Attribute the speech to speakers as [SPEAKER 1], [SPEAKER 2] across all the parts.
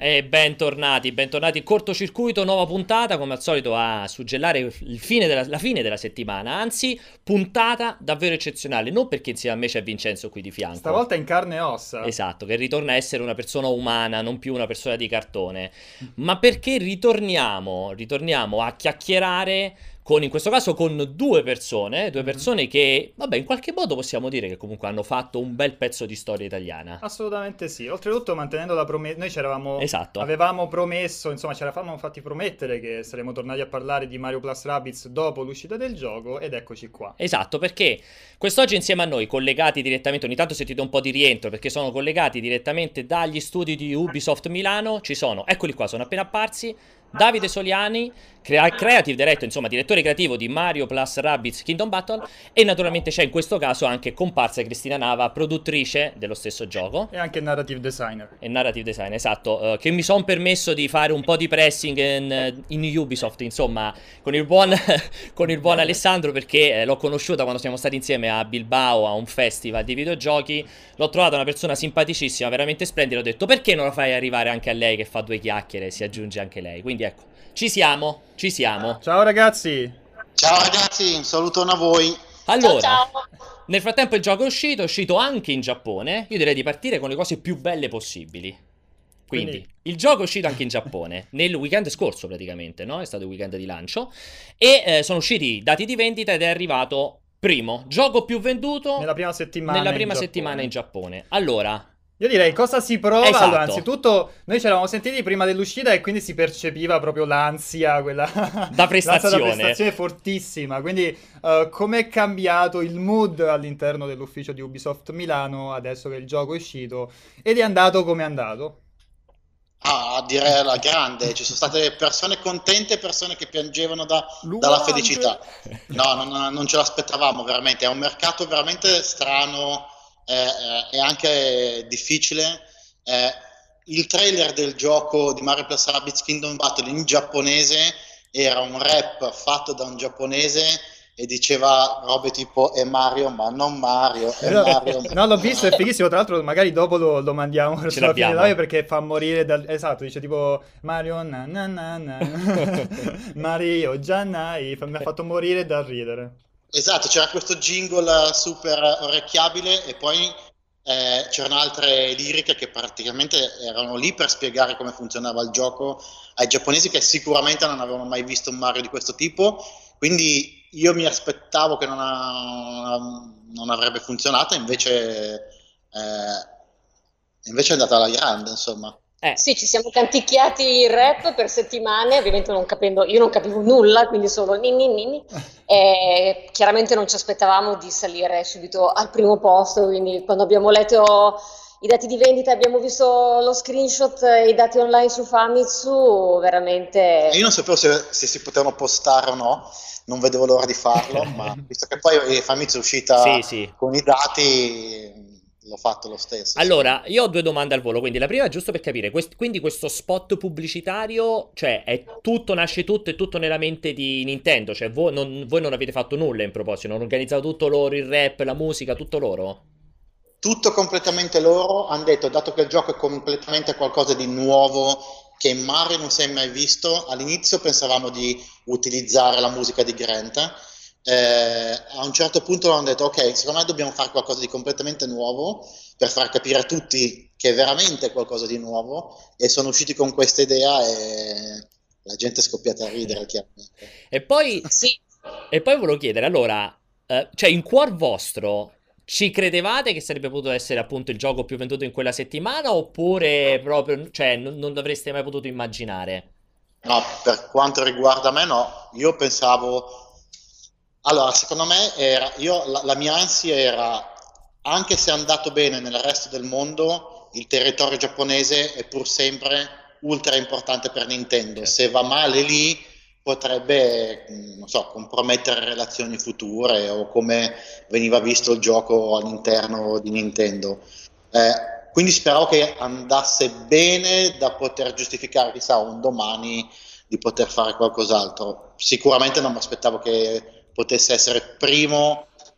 [SPEAKER 1] E bentornati. Cortocircuito, nuova puntata, come al solito a suggellare la fine della settimana. Anzi, puntata davvero eccezionale. Non perché insieme a me c'è Vincenzo qui di fianco.
[SPEAKER 2] Stavolta in carne e ossa.
[SPEAKER 1] Esatto, che ritorna a essere una persona umana, non più una persona di cartone. Ma perché ritorniamo a chiacchierare in questo caso con due
[SPEAKER 2] Mhm.
[SPEAKER 1] persone che, vabbè, in qualche modo possiamo dire che comunque hanno fatto un bel pezzo di storia italiana.
[SPEAKER 2] Assolutamente sì. Oltretutto, mantenendo la promessa, noi
[SPEAKER 1] Esatto.
[SPEAKER 2] avevamo promesso, insomma, ci eravamo fatti promettere che saremmo tornati a parlare di Mario Plus Rabbids dopo l'uscita del gioco, ed eccoci qua.
[SPEAKER 1] Esatto, perché quest'oggi insieme a noi, collegati direttamente, ogni tanto sentite un po' di rientro perché sono collegati direttamente dagli studi di Ubisoft Milano, ci sono, eccoli qua, sono appena apparsi, Davide Soliani, creative director, insomma direttore creativo di Mario Plus Rabbids Kingdom Battle, e naturalmente c'è in questo caso anche comparsa Cristina Nava, produttrice dello stesso gioco.
[SPEAKER 2] E anche narrative designer.
[SPEAKER 1] E narrative design, esatto, che mi sono permesso di fare un po' di pressing in Ubisoft, insomma, con il buon, con il buon Alessandro, perché l'ho conosciuta quando siamo stati insieme a Bilbao a un festival di videogiochi. L'ho trovata una persona simpaticissima, veramente splendida. Ho detto, perché non la fai arrivare anche a lei che fa due chiacchiere e si aggiunge anche lei? Quindi ecco, ci siamo, ci siamo.
[SPEAKER 2] Ciao ragazzi!
[SPEAKER 3] Ciao ragazzi, un salutone a voi.
[SPEAKER 4] Ciao
[SPEAKER 1] Allora,
[SPEAKER 4] ciao.
[SPEAKER 1] nel frattempo il gioco è uscito anche in Giappone. Io direi di partire con le cose più belle possibili. Quindi,
[SPEAKER 2] Quindi,
[SPEAKER 1] il gioco è uscito anche in Giappone, nel weekend scorso praticamente, no? È stato il weekend di lancio. E sono usciti i dati di vendita ed è arrivato primo, gioco più venduto
[SPEAKER 2] nella prima settimana
[SPEAKER 1] nella
[SPEAKER 2] in
[SPEAKER 1] prima settimana in
[SPEAKER 2] Giappone.
[SPEAKER 1] Allora,
[SPEAKER 2] Io direi cosa si prova? Allora,
[SPEAKER 1] esatto,
[SPEAKER 2] anzitutto, noi ci eravamo sentiti prima dell'uscita e quindi si percepiva proprio l'ansia, quella
[SPEAKER 1] da
[SPEAKER 2] l'ansia da
[SPEAKER 1] prestazione.
[SPEAKER 2] prestazione fortissima. Quindi, com'è cambiato il mood all'interno dell'ufficio di Ubisoft Milano adesso che il gioco è uscito ed è andato come è andato?
[SPEAKER 3] Ah, a dire la grande, ci sono state persone contente e persone che piangevano dalla
[SPEAKER 2] Luante!
[SPEAKER 3] felicità. No, non ce l'aspettavamo veramente, è un mercato veramente strano e anche difficile. Eh, il trailer del gioco di Mario Plus Rabbids Kingdom Battle in giapponese era un rap fatto da un giapponese e diceva robe tipo è Mario ma non Mario, è Mario ma
[SPEAKER 2] No, l'ho
[SPEAKER 3] non
[SPEAKER 2] visto, è
[SPEAKER 3] Mario.
[SPEAKER 2] fighissimo. Tra l'altro, magari dopo lo mandiamo
[SPEAKER 1] Ce
[SPEAKER 2] verso la fine live
[SPEAKER 1] l'abbiamo.
[SPEAKER 2] perché fa morire dal. Esatto, dice tipo Mario na na na na. Mario Giannai. Mi ha fatto morire dal ridere.
[SPEAKER 3] Esatto, c'era questo jingle super orecchiabile e poi c'erano altre liriche che praticamente erano lì per spiegare come funzionava il gioco ai giapponesi che sicuramente non avevano mai visto un Mario di questo tipo, quindi io mi aspettavo che non avrebbe funzionato, invece è andata alla grande, insomma.
[SPEAKER 1] Eh,
[SPEAKER 4] Sì, ci siamo canticchiati il rap per settimane, ovviamente non capendo, io non capivo nulla, quindi solo ninni ninni. E chiaramente non ci aspettavamo di salire subito al primo posto, quindi quando abbiamo letto i dati di vendita, abbiamo visto lo screenshot e i dati online su Famitsu,
[SPEAKER 3] E io
[SPEAKER 4] veramente.
[SPEAKER 3] non sapevo se si potevano postare o no, non vedevo l'ora di farlo, ma visto che poi Famitsu è
[SPEAKER 1] sì,
[SPEAKER 3] uscita
[SPEAKER 1] sì.
[SPEAKER 3] con i dati, l'ho fatto lo stesso, insomma.
[SPEAKER 1] Allora, io ho due domande al volo, quindi la prima è giusto per capire, quindi questo spot pubblicitario, cioè nasce tutto, è tutto nella mente di Nintendo, cioè voi non avete fatto nulla in proposito, non organizzato tutto loro, il rap, la musica, tutto loro?
[SPEAKER 3] Tutto completamente loro, hanno detto, dato che il gioco è completamente qualcosa di nuovo, che in Mario non si è mai visto, all'inizio pensavamo di utilizzare la musica di Grant, a un certo punto hanno detto, ok, secondo me dobbiamo fare qualcosa di completamente nuovo, per far capire a tutti che è veramente qualcosa di nuovo, e sono usciti con questa idea e la gente è scoppiata a ridere, chiaramente.
[SPEAKER 1] E poi,
[SPEAKER 4] Sì.
[SPEAKER 1] e poi volevo chiedere, allora, cioè in cuor vostro ci credevate che sarebbe potuto essere appunto il gioco più venduto in quella settimana oppure proprio, cioè non l'avreste mai potuto immaginare?
[SPEAKER 3] No, per quanto riguarda me, no. Io pensavo. Allora, secondo me la mia ansia era, anche se è andato bene nel resto del mondo, il territorio giapponese è pur sempre ultra importante per Nintendo.
[SPEAKER 1] Certo.
[SPEAKER 3] Se va male lì, potrebbe, non so, compromettere relazioni future o come veniva visto il gioco all'interno di Nintendo. Quindi speravo che andasse bene da poter giustificare, chissà, un domani di poter fare qualcos'altro. Sicuramente non mi aspettavo che potesse essere primo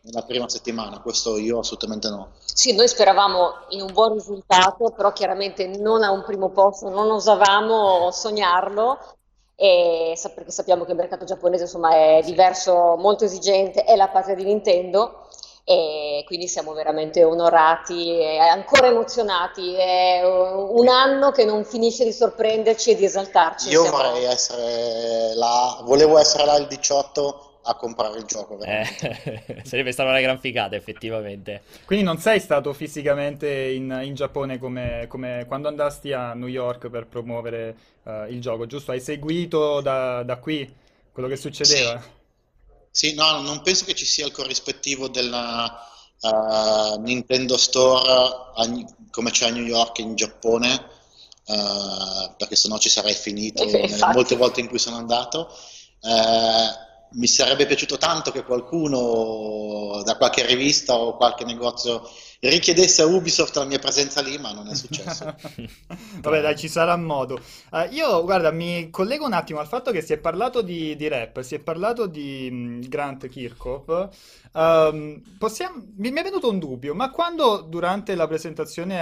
[SPEAKER 3] nella prima settimana, questo io assolutamente no.
[SPEAKER 4] Sì, noi speravamo in un buon risultato, però chiaramente non a un primo posto, non osavamo sognarlo, perché sappiamo che il mercato giapponese insomma è
[SPEAKER 1] Sì.
[SPEAKER 4] diverso, molto esigente, è la patria di Nintendo e quindi siamo veramente onorati e ancora emozionati. È un anno che non finisce di sorprenderci e di esaltarci.
[SPEAKER 3] Io vorrei essere là, volevo essere là il 18 a comprare il gioco, veramente.
[SPEAKER 1] Sarebbe stata una gran figata, effettivamente.
[SPEAKER 2] Quindi non sei stato fisicamente in Giappone come quando andasti a New York per promuovere il gioco, giusto? Hai seguito da qui quello che
[SPEAKER 3] Sì,
[SPEAKER 2] succedeva?
[SPEAKER 3] sì, no, non penso che ci sia il corrispettivo della Nintendo Store come c'è a New York in Giappone, perché sennò ci sarei finito nelle molte
[SPEAKER 4] Infatti.
[SPEAKER 3] volte in cui sono andato. Mi sarebbe piaciuto tanto che qualcuno da qualche rivista o qualche negozio richiedesse a Ubisoft la mia presenza lì, ma non è successo.
[SPEAKER 2] Vabbè, dai, ci sarà modo. Io, guarda, mi collego un attimo al fatto che si è parlato di rap, si è parlato di Grant Kirchhoff. Mi è venuto un dubbio, ma quando durante la presentazione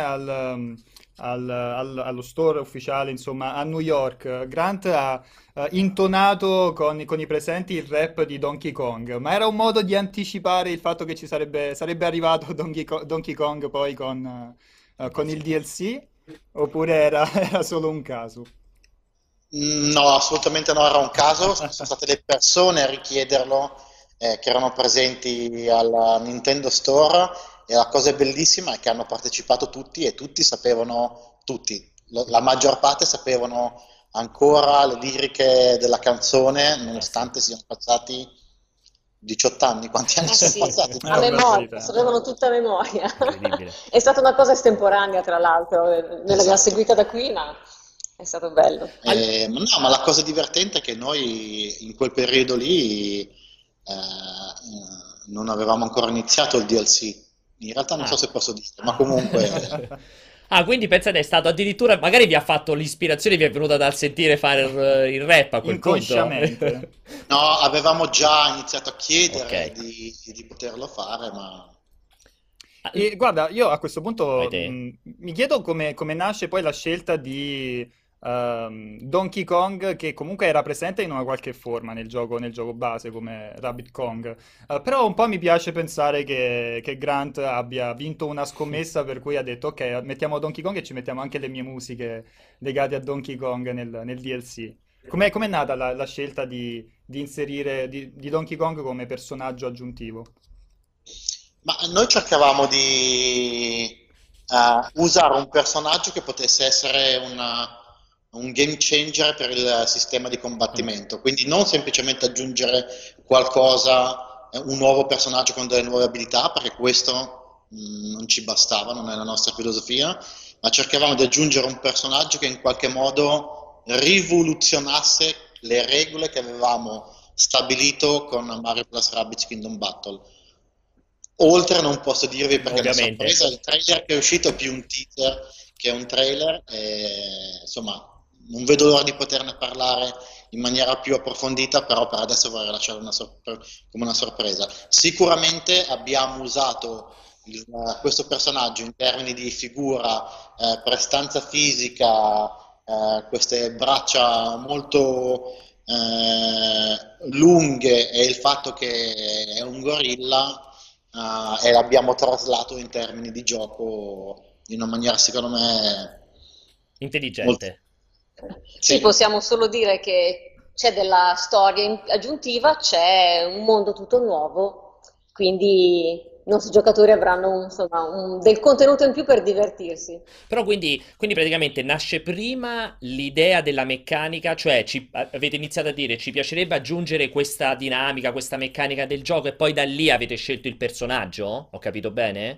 [SPEAKER 2] allo store ufficiale, insomma, a New York, Grant ha intonato con i presenti il rap di Donkey Kong, ma era un modo di anticipare il fatto che sarebbe arrivato Donkey Kong poi con il DLC? Oppure era solo un caso?
[SPEAKER 3] No, assolutamente no, era un caso, sono state le persone a richiederlo che erano presenti alla Nintendo Store e la cosa bellissima è che hanno partecipato tutti e tutti sapevano, tutti, la maggior parte sapevano ancora le liriche della canzone,
[SPEAKER 1] Sì,
[SPEAKER 3] nonostante siano passati 18 anni, quanti anni
[SPEAKER 4] Eh
[SPEAKER 3] sono
[SPEAKER 4] sì,
[SPEAKER 3] passati?
[SPEAKER 4] a
[SPEAKER 2] Un bel po' di
[SPEAKER 4] memoria,
[SPEAKER 2] tempo.
[SPEAKER 4] sapevano tutta a memoria.
[SPEAKER 1] incredibile.
[SPEAKER 4] È stata una cosa estemporanea, tra l'altro, noi l'abbiamo
[SPEAKER 3] Esatto.
[SPEAKER 4] seguita da qui, ma è stato bello.
[SPEAKER 3] No, ma la cosa divertente è che noi in quel periodo lì non avevamo ancora iniziato il DLC. In realtà non so
[SPEAKER 1] Ah.
[SPEAKER 3] se posso dirlo, ma comunque
[SPEAKER 1] Ah, quindi pensate è stato addirittura, magari vi ha fatto l'ispirazione, vi è venuta dal sentire fare il rap a quel punto.
[SPEAKER 2] Inconsciamente.
[SPEAKER 3] no, avevamo già iniziato a
[SPEAKER 1] Ok.
[SPEAKER 3] chiedere di poterlo fare, ma
[SPEAKER 1] Ah,
[SPEAKER 2] E guarda, io a questo
[SPEAKER 1] vai
[SPEAKER 2] punto
[SPEAKER 1] te.
[SPEAKER 2] mi chiedo come nasce poi la scelta di Donkey Kong, che comunque era presente in una qualche forma nel gioco base come Rabbit Kong. Però un po' mi piace pensare che Grant abbia vinto una scommessa per cui ha detto ok, mettiamo Donkey Kong e ci mettiamo anche le mie musiche legate a Donkey Kong nel DLC. Com'è nata la scelta di inserire di Donkey Kong come personaggio aggiuntivo?
[SPEAKER 3] Ma noi cercavamo di usare un personaggio che potesse essere un game changer per il sistema di
[SPEAKER 1] Mm.
[SPEAKER 3] combattimento, quindi non semplicemente aggiungere qualcosa, un nuovo personaggio con delle nuove abilità, perché questo non ci bastava, non è la nostra filosofia, ma cercavamo di aggiungere un personaggio che in qualche modo rivoluzionasse le regole che avevamo stabilito con Mario Plus Rabbids Kingdom Battle. Oltre non posso dirvi perché è una
[SPEAKER 1] Ovviamente.
[SPEAKER 3] sorpresa, il trailer che è uscito è più un teaser che un trailer e insomma non vedo l'ora di poterne parlare in maniera più approfondita, però per adesso vorrei lasciare come una sorpresa. Sicuramente abbiamo usato questo personaggio in termini di figura, prestanza fisica, queste braccia molto lunghe e il fatto che è un gorilla e l'abbiamo traslato in termini di gioco in una maniera secondo me molto...
[SPEAKER 1] Intelligente.
[SPEAKER 4] Sì,
[SPEAKER 3] Sì,
[SPEAKER 4] possiamo solo dire che c'è della storia aggiuntiva, c'è un mondo tutto nuovo, quindi i nostri giocatori avranno insomma, del contenuto in più per divertirsi.
[SPEAKER 1] Però quindi praticamente nasce prima l'idea della meccanica, cioè avete iniziato a dire ci piacerebbe aggiungere questa dinamica, questa meccanica del gioco e poi da lì avete scelto il personaggio? Ho capito bene?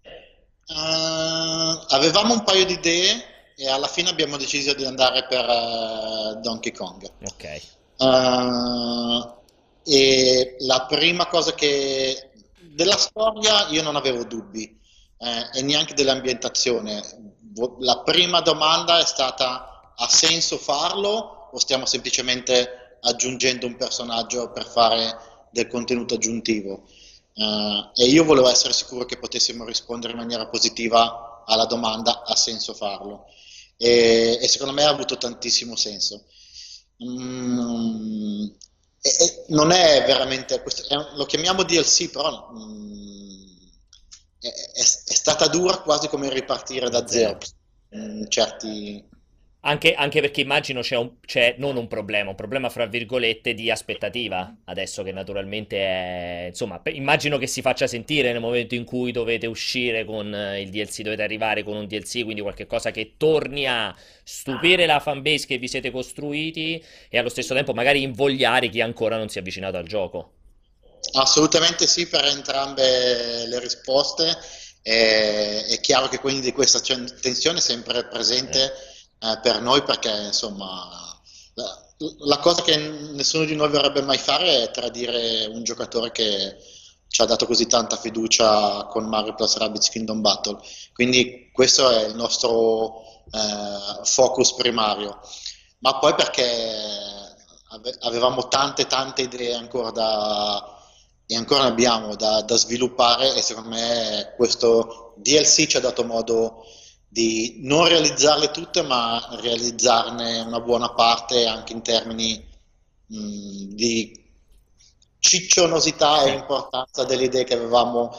[SPEAKER 3] avevamo un paio di idee e alla fine abbiamo deciso di andare per Donkey Kong.
[SPEAKER 1] Ok.
[SPEAKER 3] Eh, e la prima cosa che della storia io non avevo dubbi e neanche dell'ambientazione. La prima domanda è stata: ha senso farlo o stiamo semplicemente aggiungendo un personaggio per fare del contenuto aggiuntivo? e io volevo essere sicuro che potessimo rispondere in maniera positiva alla domanda: ha senso farlo? E secondo me ha avuto tantissimo senso. Mm, Non è veramente, lo chiamiamo DLC, però è stata dura, quasi come ripartire
[SPEAKER 1] Da
[SPEAKER 3] da zero.
[SPEAKER 1] zero.
[SPEAKER 3] Certi...
[SPEAKER 1] Anche perché immagino c'è non un problema fra virgolette di aspettativa, adesso che naturalmente è, insomma, immagino che si faccia sentire nel momento in cui dovete uscire con il DLC, dovete arrivare con un DLC, quindi qualche cosa che torni a stupire la fanbase che vi siete costruiti e allo stesso tempo magari invogliare chi ancora non si è avvicinato al gioco.
[SPEAKER 3] Assolutamente sì, per entrambe le risposte. È chiaro che quindi questa tensione è sempre
[SPEAKER 1] Eh,
[SPEAKER 3] presente per noi, perché insomma la, la cosa che nessuno di noi vorrebbe mai fare è tradire un giocatore che ci ha dato così tanta fiducia con Mario Plus Rabbids Kingdom Battle. Quindi questo è il nostro focus primario, ma poi perché avevamo tante idee ancora e ancora ne abbiamo da sviluppare, e secondo me questo DLC ci ha dato modo di non realizzarle tutte, ma realizzarne una buona parte anche in termini di ciccionosità e
[SPEAKER 1] eh.
[SPEAKER 3] importanza delle idee che avevamo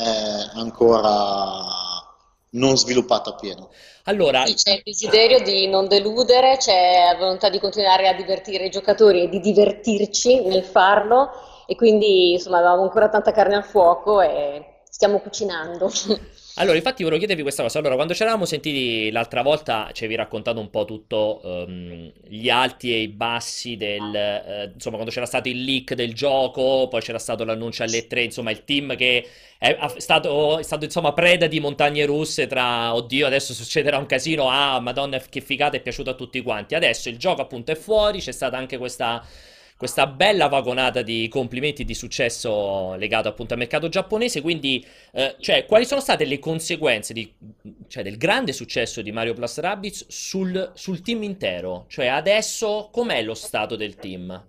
[SPEAKER 3] ancora non sviluppato appieno.
[SPEAKER 1] Allora,
[SPEAKER 4] Sì, c'è il desiderio di non deludere, c'è la volontà di continuare a divertire i giocatori e di divertirci nel farlo, e quindi insomma avevamo ancora tanta carne al fuoco e stiamo cucinando.
[SPEAKER 1] Allora, infatti volevo chiedervi questa cosa. Allora, quando ci eravamo sentiti l'altra volta, ci avevi raccontato un po' tutto, gli alti e i bassi insomma, quando c'era stato il leak del gioco, poi c'era stato l'annuncio alle 3, insomma, il team che è stato, insomma, preda di montagne russe tra, oddio, adesso succederà un casino, ah, Madonna, che figata, è piaciuto a tutti quanti. Adesso il gioco appunto è fuori, c'è stata anche questa bella vagonata di complimenti e di successo legato appunto al mercato giapponese, quindi cioè, quali sono state le conseguenze cioè, del grande successo di Mario Plus Rabbids sul team intero? Cioè, adesso com'è lo stato del team?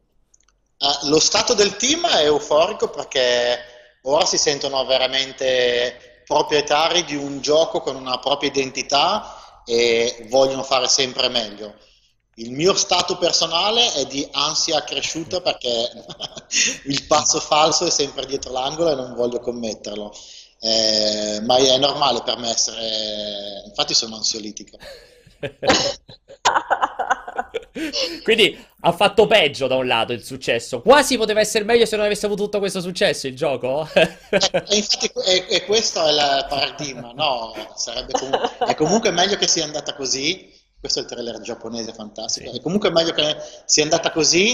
[SPEAKER 3] Lo stato del team è euforico, perché ora si sentono veramente proprietari di un gioco con una propria identità e vogliono fare sempre meglio. Il mio stato personale è di ansia cresciuta, perché il passo falso è sempre dietro l'angolo e non voglio commetterlo. Ma è normale per me essere... Infatti sono ansiolitico.
[SPEAKER 1] Quindi ha fatto peggio da un lato il successo. Quasi poteva essere meglio se non avesse avuto tutto questo successo il gioco.
[SPEAKER 3] E infatti questo è il paradigma, no? È comunque meglio che sia andata così. Questo è il trailer giapponese fantastico.
[SPEAKER 1] Sì.
[SPEAKER 3] È comunque meglio che sia andata così.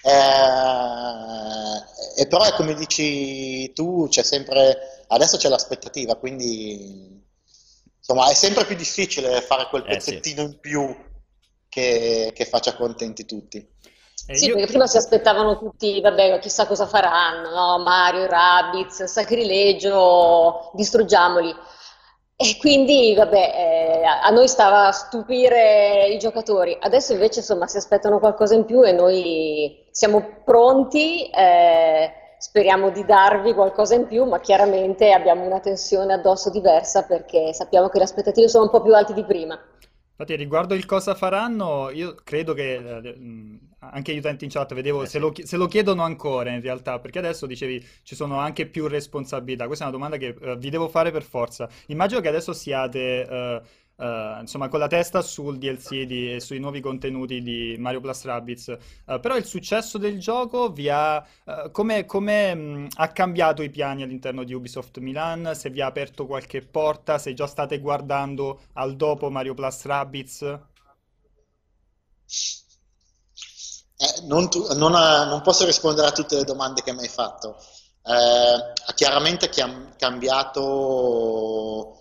[SPEAKER 3] E però è come dici tu, c'è sempre, adesso c'è l'aspettativa, quindi insomma è sempre più difficile fare quel
[SPEAKER 1] Eh sì.
[SPEAKER 3] pezzettino in più che faccia contenti tutti.
[SPEAKER 4] Sì,
[SPEAKER 2] Io
[SPEAKER 4] perché prima si aspettavano tutti, vabbè, chissà cosa faranno, no? Mario, Rabbids, sacrilegio, distruggiamoli. E quindi, vabbè, a noi stava a stupire i giocatori. Adesso invece, insomma, si aspettano qualcosa in più e noi siamo pronti, speriamo di darvi qualcosa in più, ma chiaramente abbiamo una tensione addosso diversa perché sappiamo che le aspettative sono un po' più alte di prima.
[SPEAKER 2] Infatti, riguardo il cosa faranno, io credo che anche gli utenti in chat vedevo
[SPEAKER 1] Eh
[SPEAKER 2] se
[SPEAKER 1] sì.
[SPEAKER 2] se lo chiedono ancora in realtà, perché adesso dicevi ci sono anche più responsabilità. Questa è una domanda che vi devo fare per forza. Immagino che adesso siate insomma con la testa sul DLC e sui nuovi contenuti di Mario Plus Rabbids, però il successo del gioco vi ha ha cambiato i piani all'interno di Ubisoft Milan? Se vi ha aperto qualche porta, se già state guardando al dopo Mario Plus Rabbids?
[SPEAKER 3] Non posso rispondere a tutte le domande che mi hai fatto. Ha chiaramente cambiato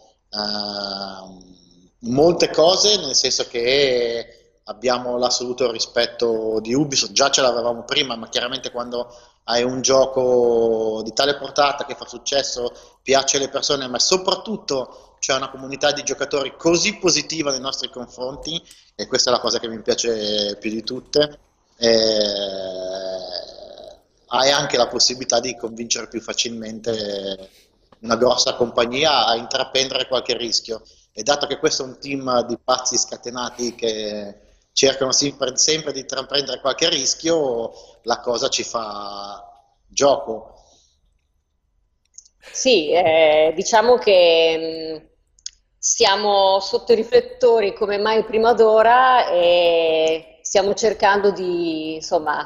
[SPEAKER 3] molte cose, nel senso che abbiamo l'assoluto rispetto di Ubisoft, già ce l'avevamo prima, ma chiaramente quando hai un gioco di tale portata che fa successo, piace alle persone, ma soprattutto c'è una comunità di giocatori così positiva nei nostri confronti, e questa è la cosa che mi piace più di tutte. hai anche la possibilità di convincere più facilmente una grossa compagnia a intraprendere qualche rischio. E dato che questo è un team di pazzi scatenati che cercano sempre di intraprendere qualche rischio, la cosa ci fa gioco.
[SPEAKER 4] Sì, diciamo che siamo sotto i riflettori come mai prima d'ora e stiamo cercando di, insomma,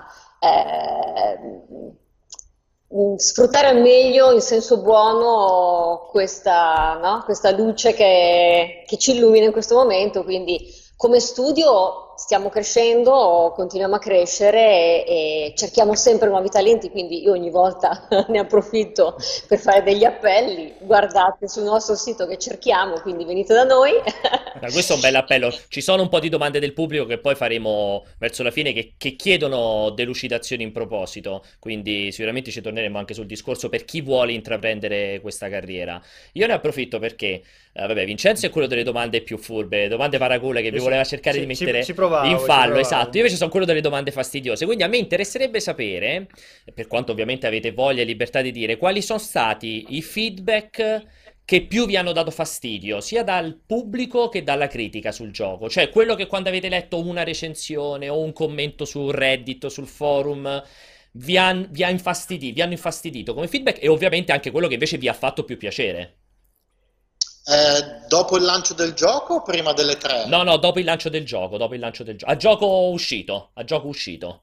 [SPEAKER 4] sfruttare al meglio, in senso buono, questa, no? Questa luce che ci illumina in questo momento. Quindi, come studio stiamo crescendo, continuiamo a crescere e cerchiamo sempre nuovi talenti. Quindi, io ogni volta ne approfitto per fare degli appelli. Guardate sul nostro sito che cerchiamo, quindi venite da noi.
[SPEAKER 1] Questo è un bel appello. Ci sono un po' di domande del pubblico che poi faremo verso la fine che chiedono delucidazioni in proposito, quindi sicuramente ci torneremo anche sul discorso per chi vuole intraprendere questa carriera. Io ne approfitto perché, vabbè, Vincenzo è quello delle domande più furbe, domande paracule che vi voleva cercare di mettere in fallo, esatto. Io invece sono quello delle domande fastidiose, quindi a me interesserebbe sapere, per quanto ovviamente avete voglia e libertà di dire, quali sono stati i feedback che più vi hanno dato fastidio, sia dal pubblico che dalla critica sul gioco. Cioè, quello che quando avete letto una recensione o un commento su Reddit o sul forum vi hanno infastidito come feedback, e ovviamente anche quello che invece vi ha fatto più piacere.
[SPEAKER 3] Dopo il lancio del gioco o prima delle 3?
[SPEAKER 1] No, dopo il lancio del gioco, A gioco uscito.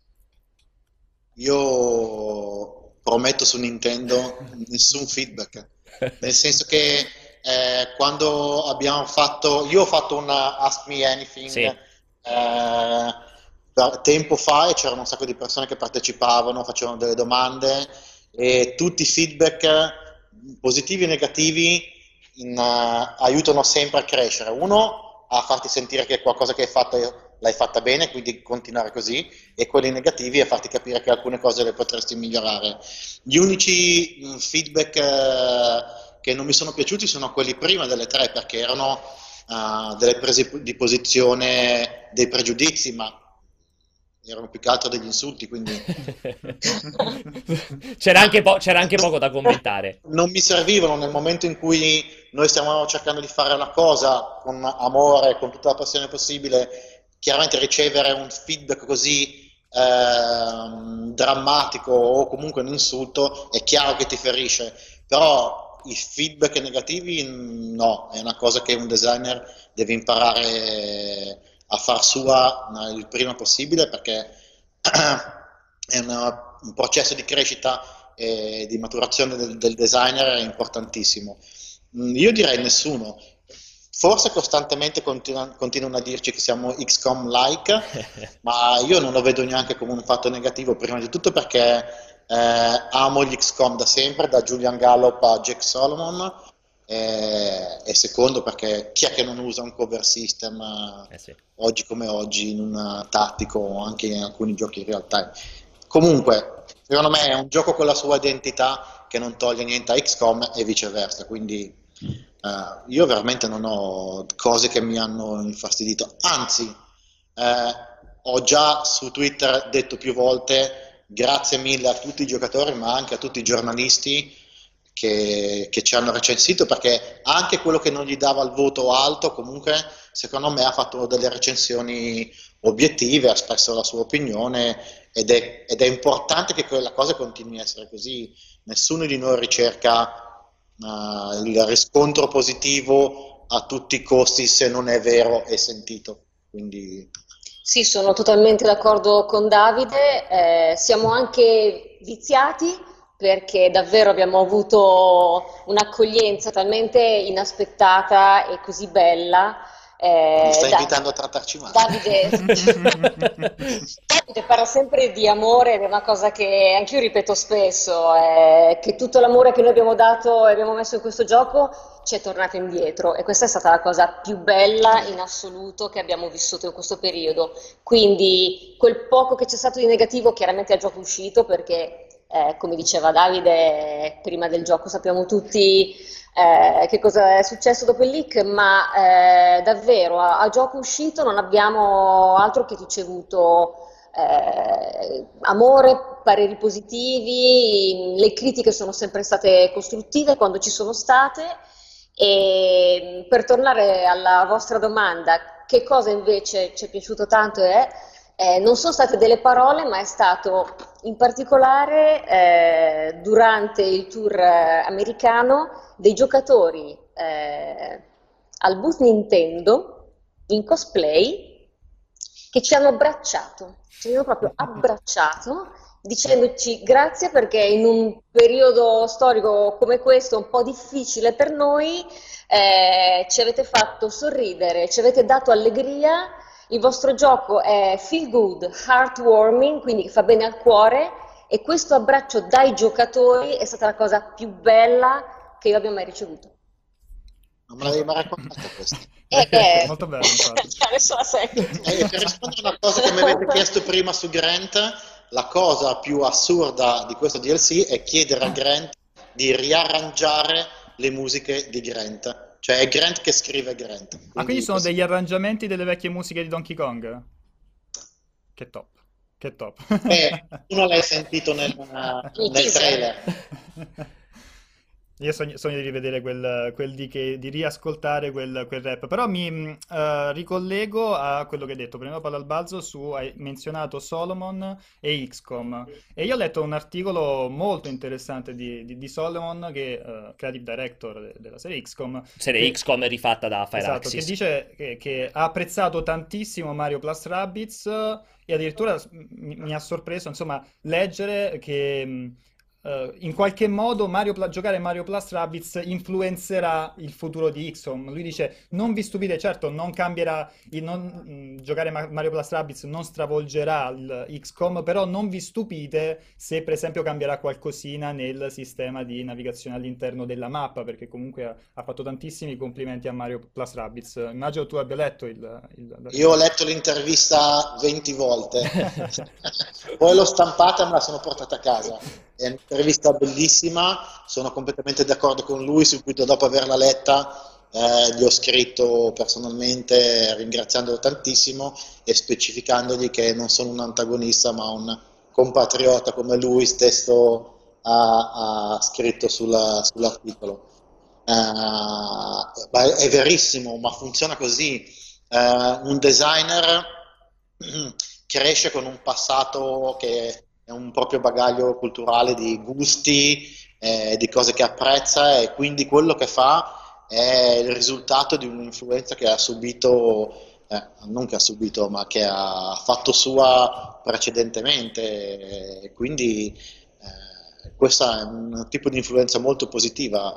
[SPEAKER 3] Io prometto su Nintendo nessun feedback, nel senso che quando io ho fatto una Ask Me Anything
[SPEAKER 1] Sì.
[SPEAKER 3] tempo fa, e c'erano un sacco di persone che partecipavano, facevano delle domande, e tutti i feedback positivi e negativi aiutano sempre a crescere. Uno, a farti sentire che qualcosa che hai fatto l'hai fatta bene, quindi continuare così, e quelli negativi a farti capire che alcune cose le potresti migliorare. Gli unici feedback che non mi sono piaciuti sono quelli prima delle 3, perché erano delle prese di posizione, dei pregiudizi, ma erano più che altro degli insulti, quindi
[SPEAKER 1] C'era anche poco da commentare.
[SPEAKER 3] non mi servivano nel momento in cui noi stiamo cercando di fare una cosa con amore, con tutta la passione possibile. Chiaramente ricevere un feedback così drammatico o comunque un insulto è chiaro che ti ferisce, però i feedback negativi no, è una cosa che un designer deve imparare a far sua il prima possibile, perché è un processo di crescita e di maturazione del designer importantissimo. Io direi nessuno. Forse costantemente continuano a dirci che siamo XCOM-like, ma io non lo vedo neanche come un fatto negativo, prima di tutto perché amo gli XCOM da sempre, da Julian Gallop a Jack Solomon, e secondo perché chi è che non usa un cover system
[SPEAKER 1] Sì.
[SPEAKER 3] oggi come oggi in un tattico o anche in alcuni giochi in real time. Comunque, secondo me è un gioco con la sua identità che non toglie niente a XCOM e viceversa, quindi io veramente non ho cose che mi hanno infastidito, anzi ho già su Twitter detto più volte grazie mille a tutti i giocatori, ma anche a tutti i giornalisti che ci hanno recensito, perché anche quello che non gli dava il voto alto comunque secondo me ha fatto delle recensioni obiettive, ha espresso la sua opinione, ed è importante che quella cosa continui a essere così. Nessuno di noi ricerca il riscontro positivo a tutti i costi se non è vero e sentito, quindi
[SPEAKER 4] Sì, sono totalmente d'accordo con Davide, siamo anche viziati perché davvero abbiamo avuto un'accoglienza talmente inaspettata e così bella.
[SPEAKER 3] mi stai invitando a trattarci male.
[SPEAKER 4] Davide parla sempre di amore ed è una cosa che anch'io ripeto spesso, che tutto l'amore che noi abbiamo dato e abbiamo messo in questo gioco ci è tornato indietro, e questa è stata la cosa più bella in assoluto che abbiamo vissuto in questo periodo. Quindi quel poco che c'è stato di negativo chiaramente è il gioco uscito, perché come diceva Davide, prima del gioco sappiamo tutti che cosa è successo dopo il leak, ma davvero a gioco uscito non abbiamo altro che ricevuto amore, pareri positivi, le critiche sono sempre state costruttive quando ci sono state. E per tornare alla vostra domanda, che cosa invece ci è piaciuto tanto non sono state delle parole, ma è stato in particolare durante il tour americano dei giocatori al booth Nintendo in cosplay che ci hanno abbracciato, ci hanno proprio abbracciato dicendoci grazie perché in un periodo storico come questo, un po' difficile per noi, ci avete fatto sorridere, ci avete dato allegria, il vostro gioco è feel good, heartwarming, quindi fa bene al cuore, e questo abbraccio dai giocatori è stata la cosa più bella che io abbia mai ricevuto.
[SPEAKER 3] Non me l'avevi mai raccontato questo.
[SPEAKER 2] Molto bello, infatti.
[SPEAKER 4] Adesso la sento.
[SPEAKER 3] Per rispondere a una cosa che mi avete chiesto prima su Grant, la cosa più assurda di questo DLC è chiedere a Grant di riarrangiare le musiche di Grant. Cioè è Grant che scrive Grant.
[SPEAKER 2] Quindi sono degli arrangiamenti delle vecchie musiche di Donkey Kong? Che top, che top.
[SPEAKER 3] Tu non l'hai sentito nel trailer.
[SPEAKER 2] Io sogno di rivedere di riascoltare quel rap, però mi ricollego a quello che hai detto, prima palla al balzo hai menzionato Solomon e XCOM, e io ho letto un articolo molto interessante di Solomon, che è Creative Director della serie XCOM.
[SPEAKER 1] Serie XCOM rifatta da Firaxis.
[SPEAKER 2] Esatto, che dice che ha apprezzato tantissimo Mario Plus Rabbids, e addirittura mi ha sorpreso, insomma, leggere che in qualche modo giocare Mario Plus Rabbids influenzerà il futuro di XCOM. Lui dice: non vi stupite, certo non cambierà, giocare Mario Plus Rabbids non stravolgerà il XCOM, però non vi stupite se per esempio cambierà qualcosina nel sistema di navigazione all'interno della mappa, perché comunque ha fatto tantissimi complimenti a Mario Plus Rabbids. Immagino tu abbia letto
[SPEAKER 3] Io ho letto l'intervista 20 volte, poi l'ho stampata e me la sono portata a casa. È un'intervista bellissima, sono completamente d'accordo con lui. Subito dopo averla letta gli ho scritto personalmente ringraziandolo tantissimo e specificandogli che non sono un antagonista ma un compatriota, come lui stesso ha scritto sull'articolo. È verissimo, ma funziona così. Un designer cresce con un passato che è un proprio bagaglio culturale di gusti, di cose che apprezza, e quindi quello che fa è il risultato di un'influenza che ha subito, non che ha subito, ma che ha fatto sua precedentemente, e quindi questo è un tipo di influenza molto positiva.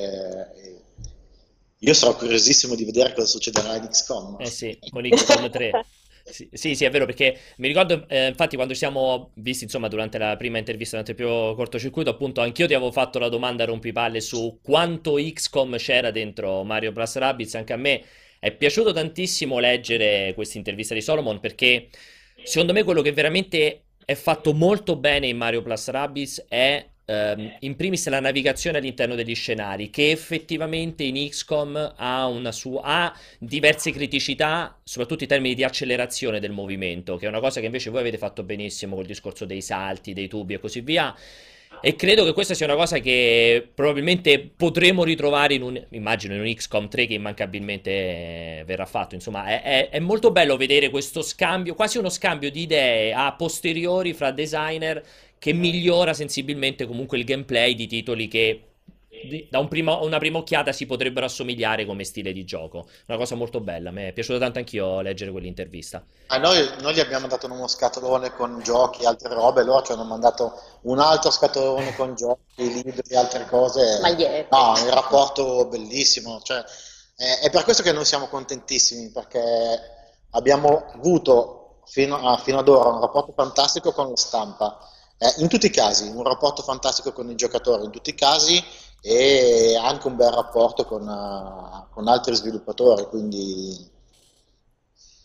[SPEAKER 3] Io sarò curiosissimo di vedere cosa succederà in XCOM.
[SPEAKER 1] Sì, con XCOM 3. Sì, è vero, perché mi ricordo, infatti, quando ci siamo visti, insomma, durante la prima intervista durante il primo cortocircuito, appunto, anch'io ti avevo fatto la domanda a rompipalle su quanto XCOM c'era dentro Mario Plus Rabbids. Anche a me è piaciuto tantissimo leggere questa intervista di Solomon, perché secondo me quello che veramente è fatto molto bene in Mario Plus Rabbids è in primis la navigazione all'interno degli scenari, che effettivamente in XCOM ha diverse criticità, soprattutto in termini di accelerazione del movimento, che è una cosa che invece voi avete fatto benissimo col discorso dei salti, dei tubi e così via. E credo che questa sia una cosa che probabilmente potremo ritrovare immagino in un XCOM 3 che immancabilmente verrà fatto. Insomma, è molto bello vedere questo scambio, quasi uno scambio di idee a posteriori fra designer, che migliora sensibilmente comunque il gameplay di titoli che da una prima occhiata si potrebbero assomigliare come stile di gioco. Una cosa molto bella, mi è piaciuto tanto anch'io leggere quell'intervista.
[SPEAKER 3] Noi gli abbiamo dato uno scatolone con giochi e altre robe, loro ci hanno mandato un altro scatolone con giochi, libri e altre cose.
[SPEAKER 4] Magliette.
[SPEAKER 3] No, un rapporto bellissimo, cioè, è per questo che noi siamo contentissimi, perché abbiamo avuto fino ad ora un rapporto fantastico con la stampa, in tutti i casi, un rapporto fantastico con i giocatori in tutti i casi, e anche un bel rapporto con altri sviluppatori, quindi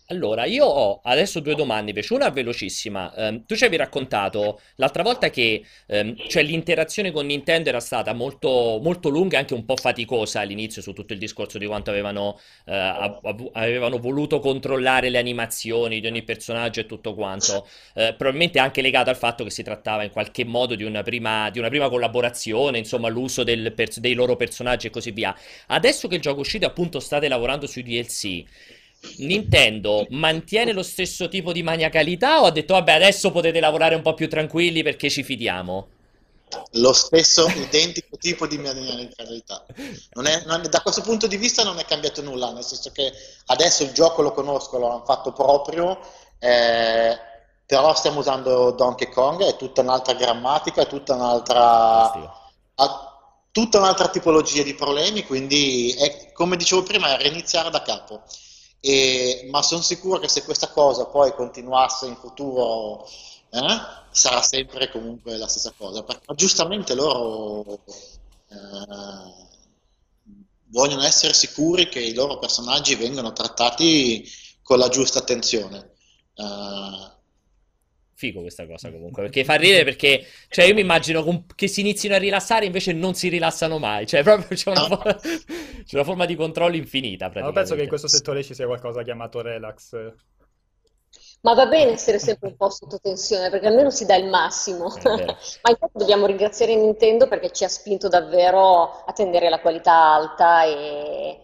[SPEAKER 1] Allora, io ho adesso due domande invece, una velocissima. Tu ci avevi raccontato l'altra volta che cioè l'interazione con Nintendo era stata molto, molto lunga e anche un po' faticosa all'inizio su tutto il discorso di quanto avevano voluto controllare le animazioni di ogni personaggio e tutto quanto. Probabilmente anche legato al fatto che si trattava in qualche modo di una prima collaborazione, insomma, l'uso dei loro personaggi e così via. Adesso che il gioco è uscito, appunto, state lavorando sui DLC. Nintendo mantiene lo stesso tipo di maniacalità o ha detto vabbè adesso potete lavorare un po' più tranquilli perché ci fidiamo?
[SPEAKER 3] Lo stesso identico tipo di maniacalità. Da questo punto di vista non è cambiato nulla, nel senso che adesso il gioco lo conosco, lo hanno fatto proprio, però stiamo usando Donkey Kong, è tutta un'altra grammatica,
[SPEAKER 1] Fantastico.
[SPEAKER 3] tutta un'altra tipologia di problemi, quindi è, come dicevo prima, è reiniziare da capo. Ma sono sicuro che se questa cosa poi continuasse in futuro, eh, sarà sempre comunque la stessa cosa, perché giustamente loro vogliono essere sicuri che i loro personaggi vengano trattati con la giusta attenzione. Eh,
[SPEAKER 1] Figo questa cosa comunque, perché fa ridere perché, cioè io mi immagino che si inizino a rilassare invece non si rilassano mai, cioè proprio c'è una forma di controllo infinita
[SPEAKER 2] No, penso che in
[SPEAKER 1] praticamente.
[SPEAKER 2] questo settore ci sia qualcosa chiamato relax.
[SPEAKER 4] Ma va bene essere sempre un po' sotto tensione perché almeno si dà il massimo.
[SPEAKER 1] È vero.
[SPEAKER 4] Ma infatti dobbiamo ringraziare Nintendo perché ci ha spinto davvero a tenere la qualità alta e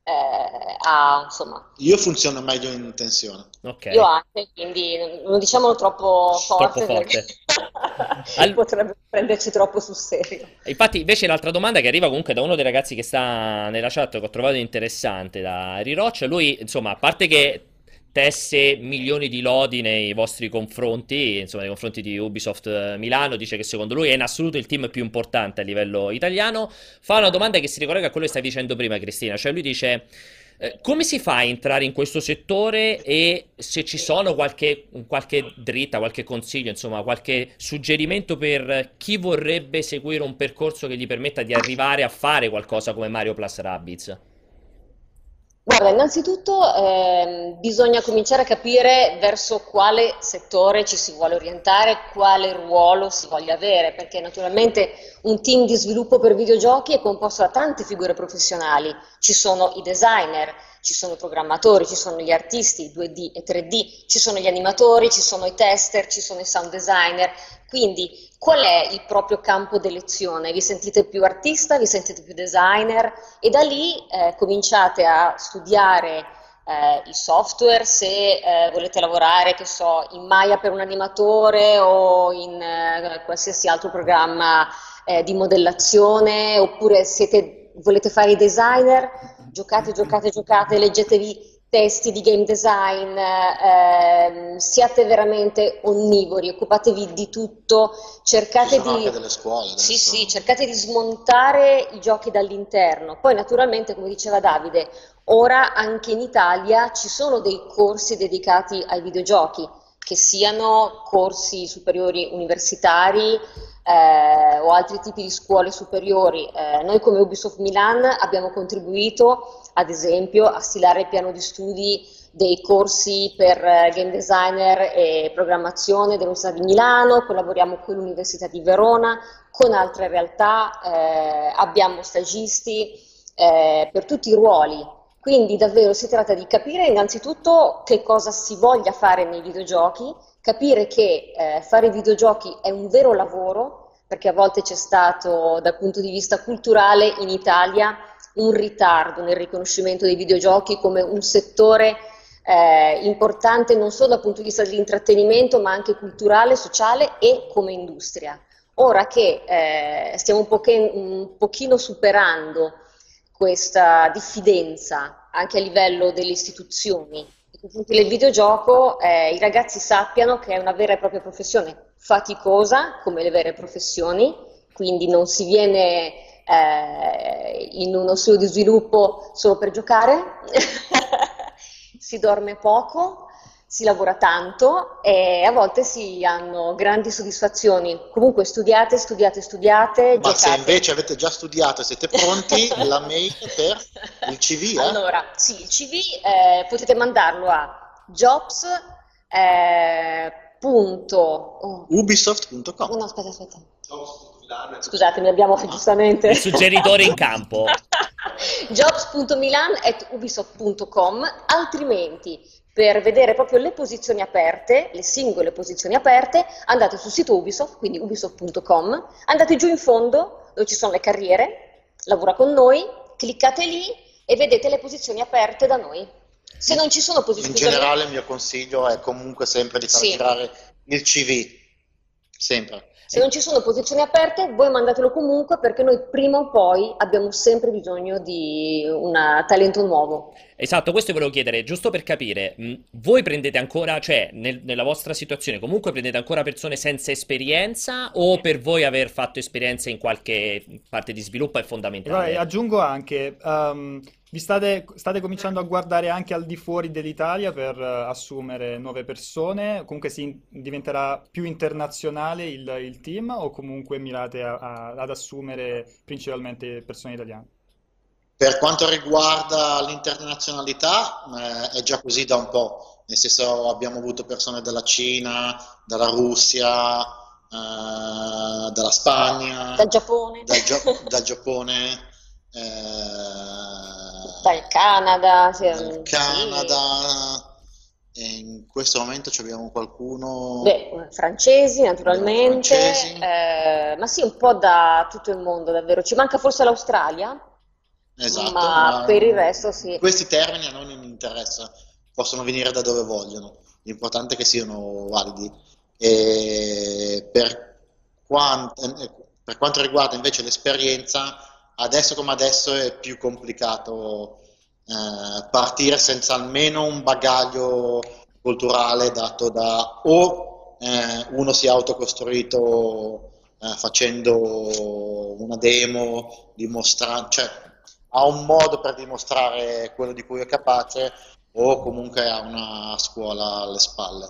[SPEAKER 4] insomma,
[SPEAKER 3] io funziono meglio in tensione.
[SPEAKER 1] Ok,
[SPEAKER 4] io anche, quindi non diciamolo troppo
[SPEAKER 1] troppo
[SPEAKER 4] forte perché
[SPEAKER 1] forte. Al-
[SPEAKER 4] potrebbe prenderci troppo sul serio.
[SPEAKER 1] Infatti, invece, l'altra domanda che arriva comunque da uno dei ragazzi che sta nella chat, che ho trovato interessante, da Riroccia, lui, insomma, a parte che tesse milioni di lodi nei vostri confronti, insomma, nei confronti di Ubisoft Milano, dice che secondo lui è in assoluto il team più importante a livello italiano, fa una domanda che si ricollega a quello che stai dicendo prima, Cristina, cioè lui dice... come si fa a entrare in questo settore e se ci sono qualche dritta, qualche consiglio, insomma, qualche suggerimento per chi vorrebbe seguire un percorso che gli permetta di arrivare a fare qualcosa come Mario Plus Rabbids?
[SPEAKER 4] Guarda, innanzitutto bisogna cominciare a capire verso quale settore ci si vuole orientare, quale ruolo si voglia avere, perché naturalmente un team di sviluppo per videogiochi è composto da tante figure professionali. Ci sono i designer, ci sono i programmatori, ci sono gli artisti 2D e 3D, ci sono gli animatori, ci sono i tester, ci sono i sound designer. Quindi qual è il proprio campo d'elezione? Vi sentite più artista, vi sentite più designer? E da lì cominciate a studiare il software, se volete lavorare, che so, in Maya per un animatore o in qualsiasi altro programma di modellazione, oppure volete fare i designer, giocate, giocate, giocate, leggetevi testi di game design, siate veramente onnivori, occupatevi di tutto,
[SPEAKER 3] Ci
[SPEAKER 4] cercate
[SPEAKER 3] sono anche
[SPEAKER 4] di...
[SPEAKER 3] delle scuole
[SPEAKER 4] Sì,
[SPEAKER 3] adesso.
[SPEAKER 4] sì, cercate di smontare i giochi dall'interno. Poi naturalmente, come diceva Davide, ora anche in Italia ci sono dei corsi dedicati ai videogiochi, che siano corsi superiori universitari o altri tipi di scuole superiori. Noi come Ubisoft Milan abbiamo contribuito, ad esempio, a stilare il piano di studi dei corsi per game designer e programmazione dell'Università di Milano, collaboriamo con l'Università di Verona, con altre realtà, abbiamo stagisti per tutti i ruoli. Quindi davvero si tratta di capire innanzitutto che cosa si voglia fare nei videogiochi, capire che fare videogiochi è un vero lavoro, perché a volte c'è stato dal punto di vista culturale in Italia un ritardo nel riconoscimento dei videogiochi come un settore importante non solo dal punto di vista dell'intrattenimento, ma anche culturale, sociale e come industria. Ora che stiamo un pochino superando questa diffidenza anche a livello delle istituzioni nei confronti del videogioco, i ragazzi sappiano che è una vera e propria professione faticosa, come le vere professioni, quindi non si viene in uno studio di sviluppo solo per giocare, si dorme poco, si lavora tanto e a volte si hanno grandi soddisfazioni. Comunque studiate, studiate, studiate,
[SPEAKER 3] Ma se
[SPEAKER 4] giocate.
[SPEAKER 3] invece avete già studiato e siete pronti, la mail per il CV,
[SPEAKER 4] Allora, sì, il CV potete mandarlo a jobs, punto, oh,
[SPEAKER 3] Ubisoft.com.
[SPEAKER 4] no, aspetta. Scusatemi, abbiamo giustamente
[SPEAKER 1] Il suggeritore in campo.
[SPEAKER 4] jobs.milan@ubisoft.com, altrimenti per vedere proprio le posizioni aperte, le singole posizioni aperte, andate sul sito Ubisoft, quindi ubisoft.com, andate giù in fondo dove ci sono le carriere, lavora con noi, cliccate lì e vedete le posizioni aperte da noi. Se non ci sono
[SPEAKER 3] In
[SPEAKER 4] posizioni,
[SPEAKER 3] generale il mio consiglio è comunque sempre di far
[SPEAKER 4] sì.
[SPEAKER 3] girare il CV, sempre.
[SPEAKER 4] Se non ci sono posizioni aperte, voi mandatelo comunque perché noi prima o poi abbiamo sempre bisogno di un talento nuovo.
[SPEAKER 1] Esatto, questo volevo chiedere, giusto per capire, voi prendete ancora, cioè nella vostra situazione, comunque prendete ancora persone senza esperienza o per voi aver fatto esperienza in qualche parte di sviluppo è
[SPEAKER 2] E guarda,
[SPEAKER 1] fondamentale?
[SPEAKER 2] aggiungo anche, vi state cominciando a guardare anche al di fuori dell'Italia per assumere nuove persone? Comunque diventerà più internazionale il team o comunque mirate ad assumere principalmente persone italiane?
[SPEAKER 3] Per quanto riguarda l'internazionalità, è già così da un po', nel senso abbiamo avuto persone dalla Cina, dalla Russia, dalla Spagna,
[SPEAKER 4] Dal Giappone,
[SPEAKER 3] dal Giappone,
[SPEAKER 4] dal Canada, sì,
[SPEAKER 3] dal Canada, e in questo momento abbiamo qualcuno,
[SPEAKER 4] beh, francesi
[SPEAKER 3] abbiamo
[SPEAKER 4] naturalmente,
[SPEAKER 3] francesi,
[SPEAKER 4] ma sì, un po' da tutto il mondo davvero. Ci manca forse l'Australia,
[SPEAKER 3] esatto,
[SPEAKER 4] ma
[SPEAKER 3] ma
[SPEAKER 4] per il resto sì.
[SPEAKER 3] questi termini a noi non interessa, possono venire da dove vogliono, l'importante è che siano validi. E per quanto riguarda invece l'esperienza, adesso come adesso è più complicato partire senza almeno un bagaglio culturale dato da o uno si è autocostruito facendo una demo, cioè ha un modo per dimostrare quello di cui è capace o comunque ha una scuola alle spalle.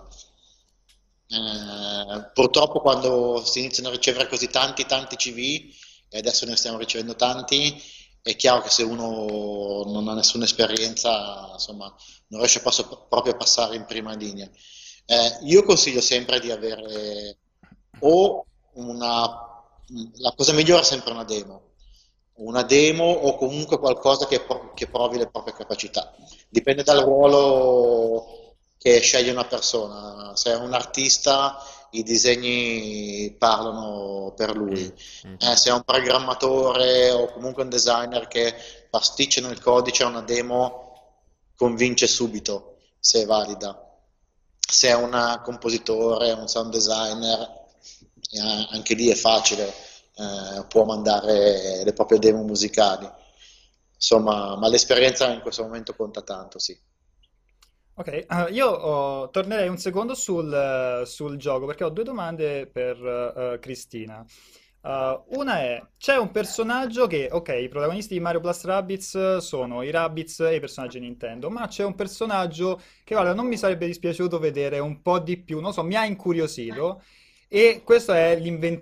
[SPEAKER 3] Purtroppo quando si iniziano a ricevere così tanti CV, e adesso ne stiamo ricevendo tanti, è chiaro che se uno non ha nessuna esperienza, insomma, non riesce proprio a passare in prima linea. Io consiglio sempre di avere o la cosa migliore è sempre una demo o comunque qualcosa che provi le proprie capacità. Dipende dal ruolo che sceglie una persona. Se è un artista, i disegni parlano per lui. Se è un programmatore o comunque un designer che pasticciano il codice, una demo convince subito se è valida. Se è un compositore, un sound designer, anche lì è facile, può mandare le proprie demo musicali. Insomma, ma l'esperienza in questo momento conta tanto, sì.
[SPEAKER 2] Ok, io tornerei un secondo sul gioco perché ho due domande per Cristina. Una è, c'è un personaggio che, ok, i protagonisti di Mario Plus Rabbids sono i Rabbids e i personaggi Nintendo, ma c'è un personaggio che, guarda, non mi sarebbe dispiaciuto vedere un po' di più, non so, mi ha incuriosito. E questa è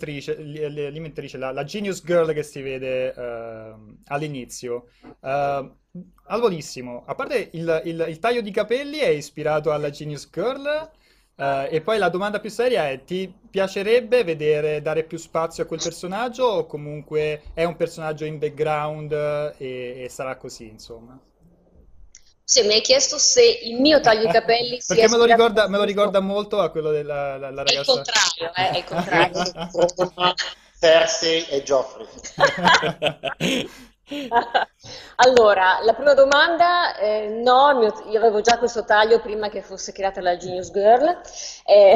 [SPEAKER 2] la Genius Girl che si vede all'inizio. Al volissimo, a parte il taglio di capelli è ispirato alla Genius Girl, e poi la domanda più seria è: ti piacerebbe dare più spazio a quel personaggio o comunque è un personaggio in background e sarà così, insomma?
[SPEAKER 4] Se mi hai chiesto se il mio taglio di capelli sia
[SPEAKER 2] Perché
[SPEAKER 4] ispirato a
[SPEAKER 2] me lo
[SPEAKER 4] questo,
[SPEAKER 2] ricorda molto a quello della la
[SPEAKER 4] è il
[SPEAKER 2] ragazza.
[SPEAKER 4] contrario, è il
[SPEAKER 3] Io
[SPEAKER 4] contrario.
[SPEAKER 3] sono Cersei e Joffrey.
[SPEAKER 4] Allora, la prima domanda, no, io avevo già questo taglio prima che fosse creata la Genius Girl. Eh,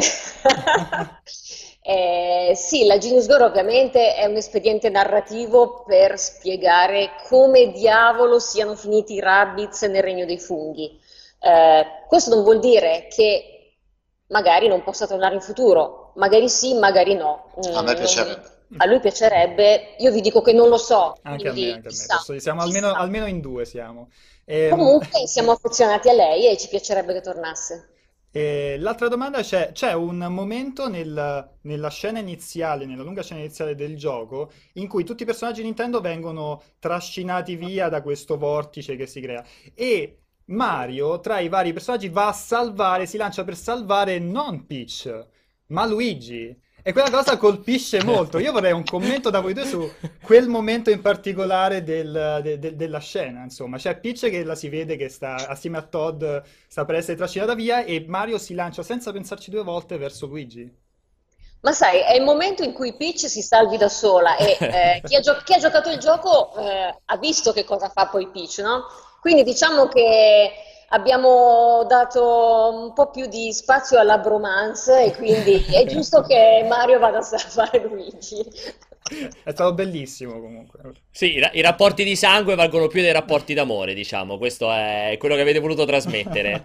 [SPEAKER 4] sì, la Genius Girl ovviamente è un espediente narrativo per spiegare come diavolo siano finiti i Rabbids nel regno dei funghi. Questo non vuol dire che magari non possa tornare in futuro, magari sì, magari no.
[SPEAKER 3] A me piacerebbe.
[SPEAKER 4] A lui piacerebbe, io vi dico che non lo so,
[SPEAKER 2] Anche a me,
[SPEAKER 4] quindi
[SPEAKER 2] anche a me.
[SPEAKER 4] chissà,
[SPEAKER 2] Siamo
[SPEAKER 4] chissà.
[SPEAKER 2] almeno in due siamo.
[SPEAKER 4] Comunque siamo affezionati a lei e ci piacerebbe che tornasse.
[SPEAKER 2] E l'altra domanda c'è un momento nella scena iniziale, nella lunga scena iniziale del gioco, in cui tutti i personaggi Nintendo vengono trascinati via da questo vortice che si crea. E Mario, tra i vari personaggi, va a salvare, si lancia per salvare non Peach, ma Luigi. E quella cosa colpisce molto. Io vorrei un commento da voi due su quel momento in particolare della scena, insomma. C'è Peach che la si vede che sta assieme a Todd, sta per essere trascinata via e Mario si lancia senza pensarci due volte verso Luigi.
[SPEAKER 4] Ma sai, è il momento in cui Peach si salvi da sola e chi ha giocato il gioco ha visto che cosa fa poi Peach, no? Quindi diciamo che abbiamo dato un po' più di spazio alla bromance e quindi è giusto che Mario vada a salvare Luigi.
[SPEAKER 2] È stato bellissimo comunque.
[SPEAKER 1] Sì, i rapporti di sangue valgono più dei rapporti d'amore, diciamo. Questo è quello che avete voluto trasmettere.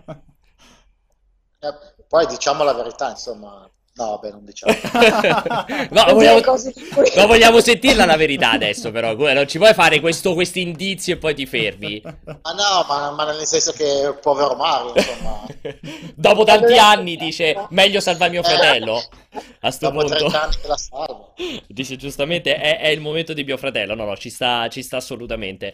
[SPEAKER 3] Poi diciamo la verità, insomma. No, vabbè, non diciamo.
[SPEAKER 1] No,
[SPEAKER 4] Non dire
[SPEAKER 1] vogliamo,
[SPEAKER 4] cose di cui...
[SPEAKER 1] no, vogliamo sentirla la verità adesso, però. Non ci puoi fare questo indizio e poi ti fermi.
[SPEAKER 3] Ma no, ma nel senso che povero Mario, insomma.
[SPEAKER 1] Dopo tanti
[SPEAKER 4] Allora,
[SPEAKER 1] anni dice meglio salvare mio fratello. A sto
[SPEAKER 3] Dopo
[SPEAKER 1] punto
[SPEAKER 3] 30 anni che la salvo.
[SPEAKER 1] dice giustamente è il momento di mio fratello. No, ci sta assolutamente.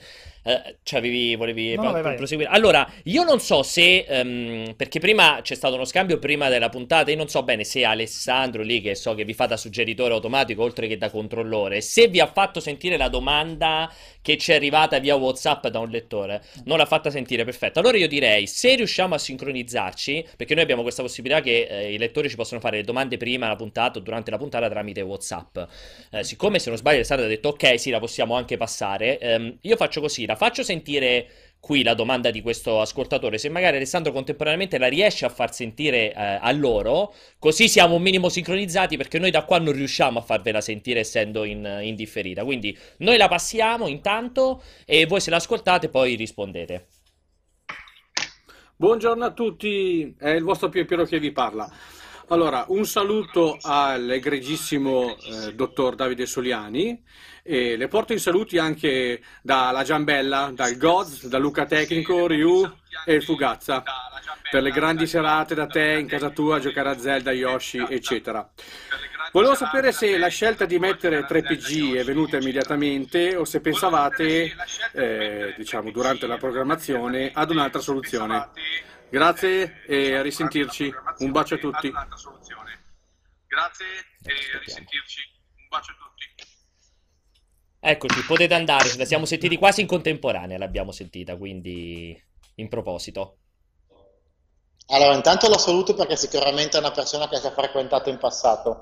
[SPEAKER 1] Volevi
[SPEAKER 2] No, vai.
[SPEAKER 1] proseguire. Allora, io non so se perché prima c'è stato uno scambio prima della puntata. Io non so bene se Alessandro lì, che so che vi fa da suggeritore automatico oltre che da controllore, se vi ha fatto sentire la domanda che ci è arrivata via WhatsApp da un lettore. Non l'ha fatta sentire, perfetto. Allora io direi, se riusciamo a sincronizzarci, perché noi abbiamo questa possibilità che i lettori ci possono fare le domande prima la puntata o durante la puntata tramite WhatsApp. Siccome, se non sbaglio, Alessandro ha detto ok, sì, la possiamo anche passare, io faccio così, la faccio sentire qui la domanda di questo ascoltatore, se magari Alessandro contemporaneamente la riesce a far sentire a loro, così siamo un minimo sincronizzati, perché noi da qua non riusciamo a farvela sentire essendo in differita. Quindi noi la passiamo intanto e voi se la ascoltate poi rispondete.
[SPEAKER 5] Buongiorno a tutti, è il vostro Piero che vi parla. Allora, un saluto all'egregissimo dottor Davide Soliani e le porto in saluti anche dalla Giambella, dal Goz, da Luca Tecnico, Ryu e il Fugazza, per le grandi serate da te in casa tua a giocare a Zelda, Yoshi, eccetera. Volevo sapere se la scelta di mettere 3PG è venuta immediatamente o se pensavate, diciamo, durante la programmazione ad un'altra soluzione. Grazie e a risentirci. Un bacio a tutti. Grazie e a risentirci. Un bacio a tutti.
[SPEAKER 1] Eccoci, potete andare, ce la siamo sentiti quasi in contemporanea, l'abbiamo sentita, quindi in proposito.
[SPEAKER 3] Allora, intanto lo saluto perché sicuramente è una persona che ci ha frequentato in passato.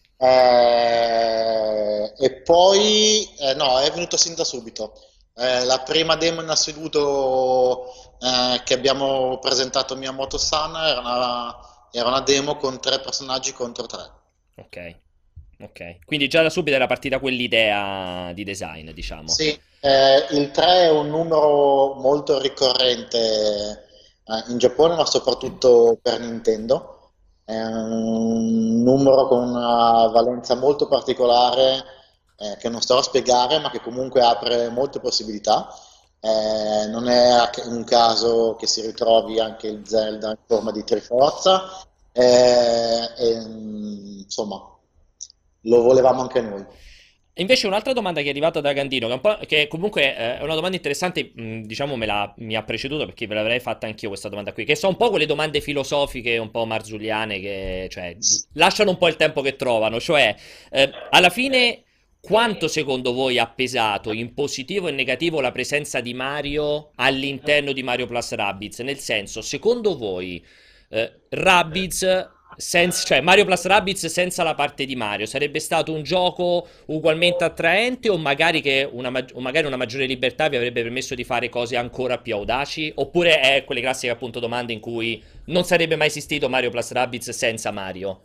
[SPEAKER 3] E poi, no, è venuto sin da subito. La prima demo in assoluto che abbiamo presentato Miyamoto-san era una demo con 3 personaggi contro 3.
[SPEAKER 1] Ok. Quindi già da subito era partita quell'idea di design, diciamo.
[SPEAKER 3] Sì, il 3 è un numero molto ricorrente in Giappone, ma soprattutto per Nintendo. È un numero con una valenza molto particolare che non sto a spiegare, ma che comunque apre molte possibilità. Non è un caso che si ritrovi anche il Zelda in forma di Triforza, insomma, lo volevamo anche noi.
[SPEAKER 1] E invece un'altra domanda che è arrivata da Gandino, che comunque è una domanda interessante, diciamo mi ha preceduto perché ve l'avrei fatta anch'io questa domanda qui, che sono un po' quelle domande filosofiche, un po' marzulliane, che cioè, lasciano un po' il tempo che trovano, cioè alla fine quanto secondo voi ha pesato in positivo e negativo la presenza di Mario all'interno di Mario Plus Rabbids? Nel senso, secondo voi Rabbids... cioè Mario Plus Rabbids senza la parte di Mario sarebbe stato un gioco ugualmente attraente, o magari che magari una maggiore libertà vi avrebbe permesso di fare cose ancora più audaci? Oppure è quelle classiche appunto domande in cui non sarebbe mai esistito Mario Plus Rabbids senza Mario?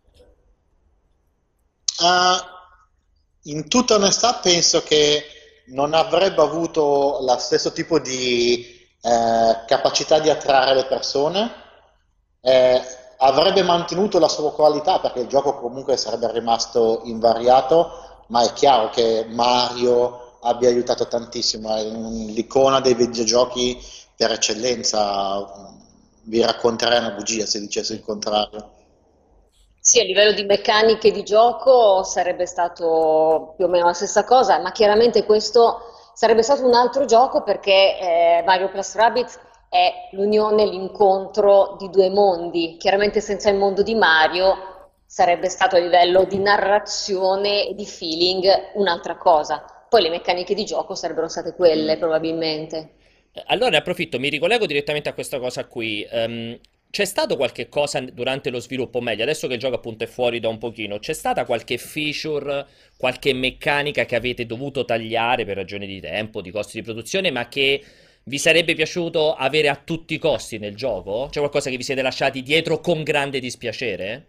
[SPEAKER 3] In tutta onestà penso che non avrebbe avuto lo stesso tipo di capacità di attrarre le persone. Avrebbe mantenuto la sua qualità perché il gioco comunque sarebbe rimasto invariato, ma è chiaro che Mario abbia aiutato tantissimo, è l'icona dei videogiochi per eccellenza. Vi racconterei una bugia se dicessi il contrario.
[SPEAKER 4] Sì, a livello di meccaniche di gioco sarebbe stato più o meno la stessa cosa, ma chiaramente questo sarebbe stato un altro gioco perché Mario Plus Rabbids è l'unione, l'incontro di due mondi. Chiaramente senza il mondo di Mario sarebbe stato a livello di narrazione e di feeling un'altra cosa. Poi le meccaniche di gioco sarebbero state quelle, probabilmente.
[SPEAKER 1] Allora ne approfitto, mi ricollego direttamente a questa cosa qui. C'è stato qualche cosa durante lo sviluppo, o meglio, adesso che il gioco appunto è fuori da un pochino, c'è stata qualche feature, qualche meccanica che avete dovuto tagliare per ragioni di tempo, di costi di produzione, ma che vi sarebbe piaciuto avere a tutti i costi nel gioco? C'è qualcosa che vi siete lasciati dietro con grande dispiacere?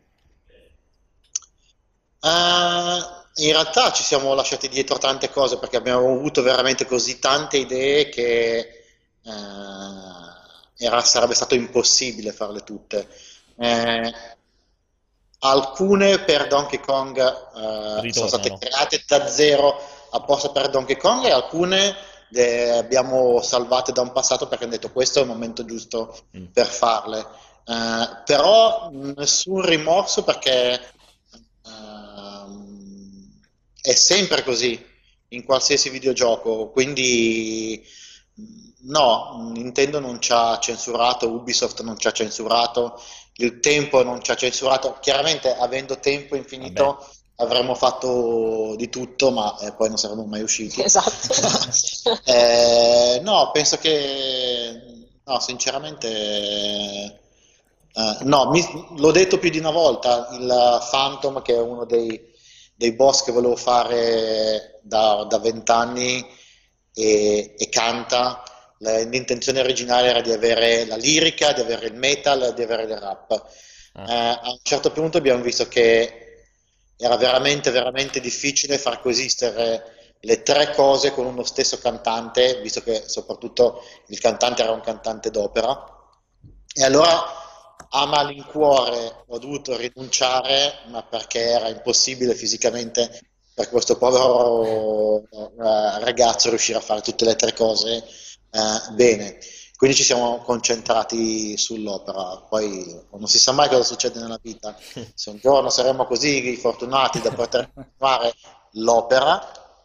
[SPEAKER 3] In realtà ci siamo lasciati dietro tante cose perché abbiamo avuto veramente così tante idee che sarebbe stato impossibile farle tutte. Eh, Alcune per Donkey Kong sono state
[SPEAKER 1] Ritornano.
[SPEAKER 3] create da zero apposta per Donkey Kong, e alcune le abbiamo salvate da un passato perché hanno detto questo è il momento giusto
[SPEAKER 1] Mm.
[SPEAKER 3] per farle. Però nessun rimorso perché è sempre così in qualsiasi videogioco, quindi no, Nintendo non ci ha censurato, Ubisoft non ci ha censurato, il tempo non ci ha censurato. Chiaramente, avendo tempo
[SPEAKER 1] Vabbè.
[SPEAKER 3] infinito, avremmo fatto di tutto, ma poi non saremmo mai usciti.
[SPEAKER 4] Esatto.
[SPEAKER 3] No, penso che, no, sinceramente, no, l'ho detto più di una volta, il Phantom, che è uno dei boss che volevo fare da 20 anni e canta. L'intenzione originale era di avere la lirica, di avere il metal, di avere il rap.
[SPEAKER 1] Ah.
[SPEAKER 3] A un certo punto abbiamo visto che era veramente, veramente difficile far coesistere le tre cose con uno stesso cantante, visto che soprattutto il cantante era un cantante d'opera. E allora a malincuore ho dovuto rinunciare, ma perché era impossibile fisicamente per questo povero ragazzo riuscire a fare tutte le tre cose bene. Quindi ci siamo concentrati sull'opera. Poi non si sa mai cosa succede nella vita. Se un giorno saremo così fortunati da poter fare l'opera.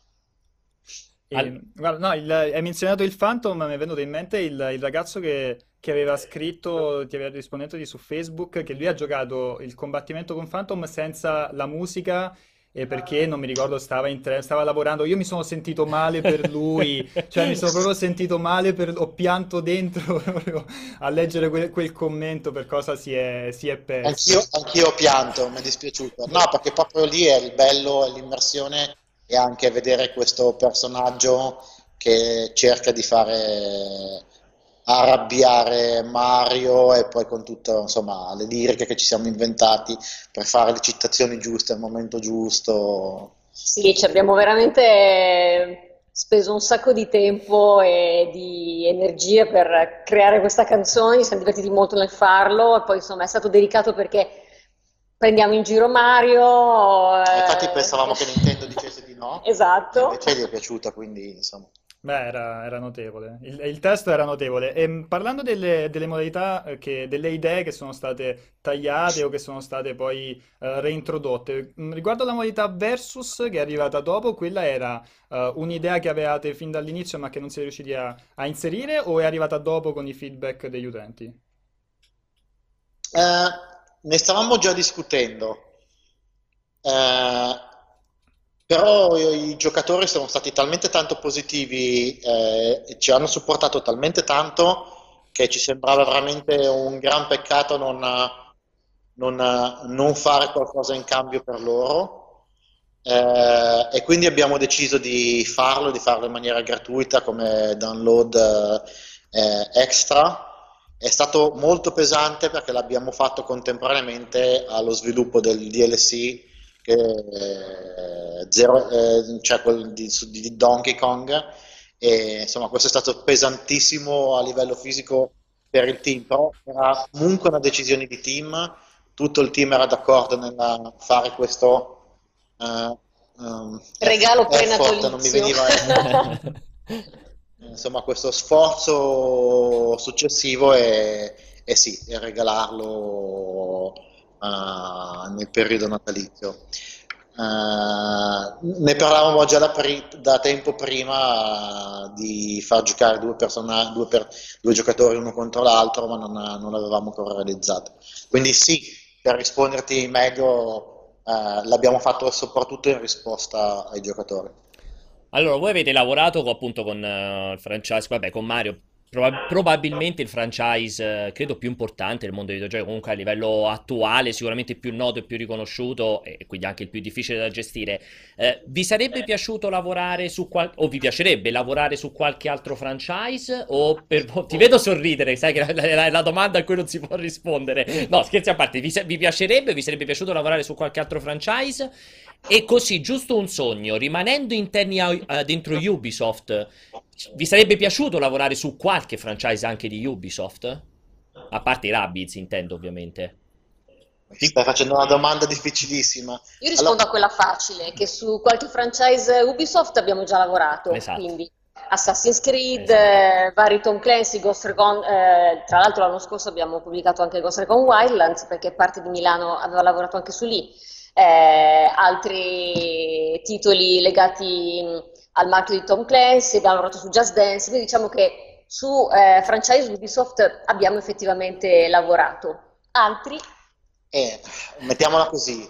[SPEAKER 1] Al-
[SPEAKER 2] Guarda, no, hai menzionato il Phantom, mi è venuto in mente il ragazzo che aveva scritto, ti aveva risposto su Facebook, che lui ha giocato il combattimento con Phantom senza la musica, perché non mi ricordo, stava lavorando. Io mi sono sentito male per lui, cioè mi sono proprio sentito male, ho pianto dentro proprio a leggere quel commento per cosa si è perso.
[SPEAKER 3] Anch'io ho pianto, mi è dispiaciuto. No, perché proprio lì è il bello, è l'immersione, e anche vedere questo personaggio che cerca di fare arrabbiare Mario, e poi con tutto, insomma, le liriche che ci siamo inventati per fare le citazioni giuste al momento giusto.
[SPEAKER 4] Sì, ci abbiamo veramente speso un sacco di tempo e di energie per creare questa canzone, ci siamo divertiti molto nel farlo e poi insomma è stato delicato perché prendiamo in giro Mario.
[SPEAKER 3] Infatti pensavamo che Nintendo dicesse di no, e
[SPEAKER 4] Esatto.
[SPEAKER 3] invece gli è piaciuta, quindi insomma.
[SPEAKER 2] Beh, era notevole. Il testo era notevole. E parlando delle modalità, delle idee che sono state tagliate o che sono state poi reintrodotte, riguardo alla modalità versus che è arrivata dopo, quella era un'idea che avevate fin dall'inizio ma che non siete riusciti a inserire, o è arrivata dopo con i feedback degli utenti?
[SPEAKER 3] Ne stavamo già discutendo. Eh, Però i giocatori sono stati talmente tanto positivi, e ci hanno supportato talmente tanto, che ci sembrava veramente un gran peccato non fare qualcosa in cambio per loro. E quindi abbiamo deciso di farlo in maniera gratuita come download extra. È stato molto pesante perché l'abbiamo fatto contemporaneamente allo sviluppo del DLC, che cioè quel di Donkey Kong, e insomma questo è stato pesantissimo a livello fisico per il team, però era comunque una decisione di team, tutto il team era d'accordo nel fare questo
[SPEAKER 4] Regalo
[SPEAKER 3] effort, non mi
[SPEAKER 4] prenatalizio.
[SPEAKER 3] veniva insomma questo sforzo successivo, e sì, regalarlo nel periodo natalizio. Ne parlavamo già da tempo prima di far giocare due giocatori uno contro l'altro, ma non l'avevamo ancora realizzato. Quindi sì, per risponderti meglio, l'abbiamo fatto soprattutto in risposta ai giocatori.
[SPEAKER 1] Allora, voi avete lavorato appunto con il franchise, vabbè, con Mario, probabilmente il franchise, credo più importante del mondo dei videogiochi, comunque a livello attuale, sicuramente più noto e più riconosciuto, e quindi anche il più difficile da gestire. Vi sarebbe piaciuto lavorare o vi piacerebbe lavorare su qualche altro franchise? Ti vedo sorridere, sai che la domanda a cui non si può rispondere. No, scherzi a parte, vi sarebbe piaciuto lavorare su qualche altro franchise? E così, giusto un sogno, rimanendo interni dentro Ubisoft, vi sarebbe piaciuto lavorare su qualche franchise anche di Ubisoft? A parte i Rabbids, intendo, ovviamente.
[SPEAKER 3] Mi stai facendo una domanda difficilissima.
[SPEAKER 4] Io rispondo a quella facile, che su qualche franchise Ubisoft abbiamo già lavorato,
[SPEAKER 1] Esatto.
[SPEAKER 4] quindi Assassin's Creed,
[SPEAKER 1] Esatto.
[SPEAKER 4] vari Tom Clancy, Ghost Recon, tra l'altro l'anno scorso abbiamo pubblicato anche Ghost Recon Wildlands, perché parte di Milano aveva lavorato anche su lì. Altri titoli legati al marchio di Tom Clancy, abbiamo lavorato su Just Dance, quindi diciamo che su franchise Ubisoft abbiamo effettivamente lavorato. Altri?
[SPEAKER 3] Mettiamola così,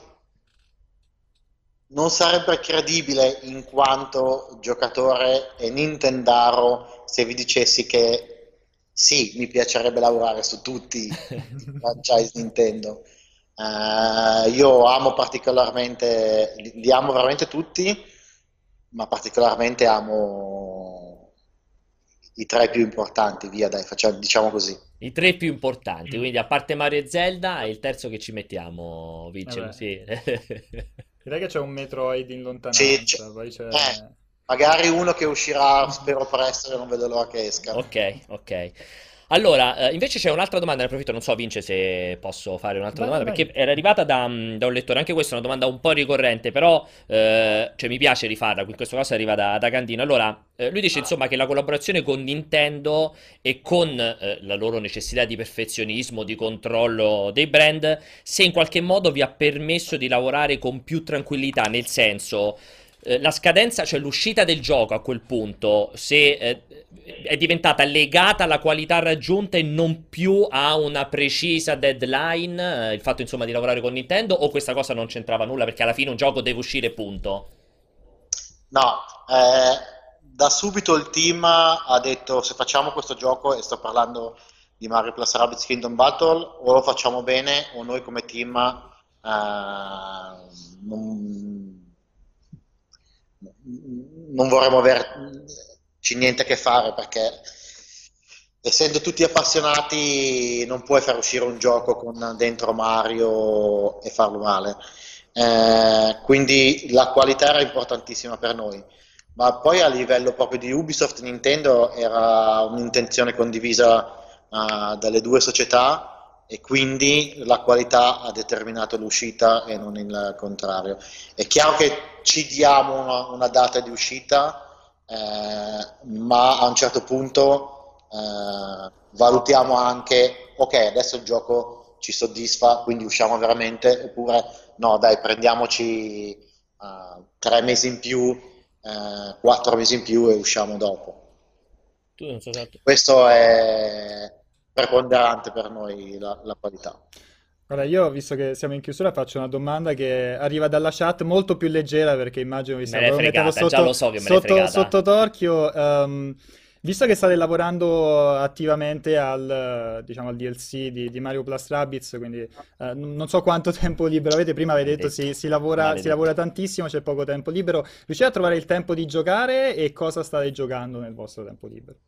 [SPEAKER 3] non sarebbe credibile in quanto giocatore e Nintendaro se vi dicessi che sì, mi piacerebbe lavorare su tutti i franchise Nintendo. Io amo particolarmente, li amo veramente tutti, ma particolarmente amo i tre più importanti, via dai, diciamo così.
[SPEAKER 1] I tre più importanti, quindi a parte Mario e Zelda, è il terzo che ci mettiamo, Vincent, sì.
[SPEAKER 2] Direi che c'è un Metroid in
[SPEAKER 3] Sì,
[SPEAKER 2] lontananza, poi c'è...
[SPEAKER 3] magari uno che uscirà, spero presto, che non vedo l'ora che esca.
[SPEAKER 1] Ok, ok. Allora, invece c'è un'altra domanda, ne approfitto, non so Vince se posso fare un'altra
[SPEAKER 2] Vai,
[SPEAKER 1] domanda,
[SPEAKER 2] vai.
[SPEAKER 1] perché era arrivata da un lettore, anche questa è una domanda un po' ricorrente, però cioè, mi piace rifarla, in questo caso arriva da Candino. Allora, lui dice insomma che la collaborazione con Nintendo e con la loro necessità di perfezionismo, di controllo dei brand, se in qualche modo vi ha permesso di lavorare con più tranquillità, nel senso la scadenza, cioè l'uscita del gioco a quel punto, se è diventata legata alla qualità raggiunta e non più a una precisa deadline, il fatto insomma di lavorare con Nintendo, o questa cosa non c'entrava nulla perché alla fine un gioco deve uscire, punto.
[SPEAKER 3] No, da subito il team ha detto se facciamo questo gioco, e sto parlando di Mario Plus Rabbids Kingdom Battle, o lo facciamo bene o noi come team non vorremmo averci niente a che fare, perché essendo tutti appassionati non puoi far uscire un gioco con dentro Mario e farlo male. Quindi la qualità era importantissima per noi, ma poi a livello proprio di Ubisoft e Nintendo era un'intenzione condivisa dalle due società, e quindi la qualità ha determinato l'uscita e non il contrario. È chiaro che ci diamo una data di uscita, ma a un certo punto valutiamo anche, ok, adesso il gioco ci soddisfa, quindi usciamo veramente, oppure no, dai, prendiamoci 3 mesi in più, 4 mesi in più e usciamo dopo.
[SPEAKER 1] Tu non so se...
[SPEAKER 3] Questo è preponderante per noi, la qualità.
[SPEAKER 2] Ora, io, visto che siamo in chiusura, faccio una domanda che arriva dalla chat molto più leggera, perché immagino vi
[SPEAKER 1] Me l'hai
[SPEAKER 2] stiamo mettendo
[SPEAKER 1] fregata, già lo so che me l'hai fregata.
[SPEAKER 2] sotto torchio. Visto che state lavorando attivamente diciamo, al DLC di Mario Plus Rabbids, quindi non so quanto tempo libero avete, prima avete detto si lavora tantissimo, c'è poco tempo libero. Riuscite a trovare il tempo di giocare, e cosa state giocando nel vostro tempo libero?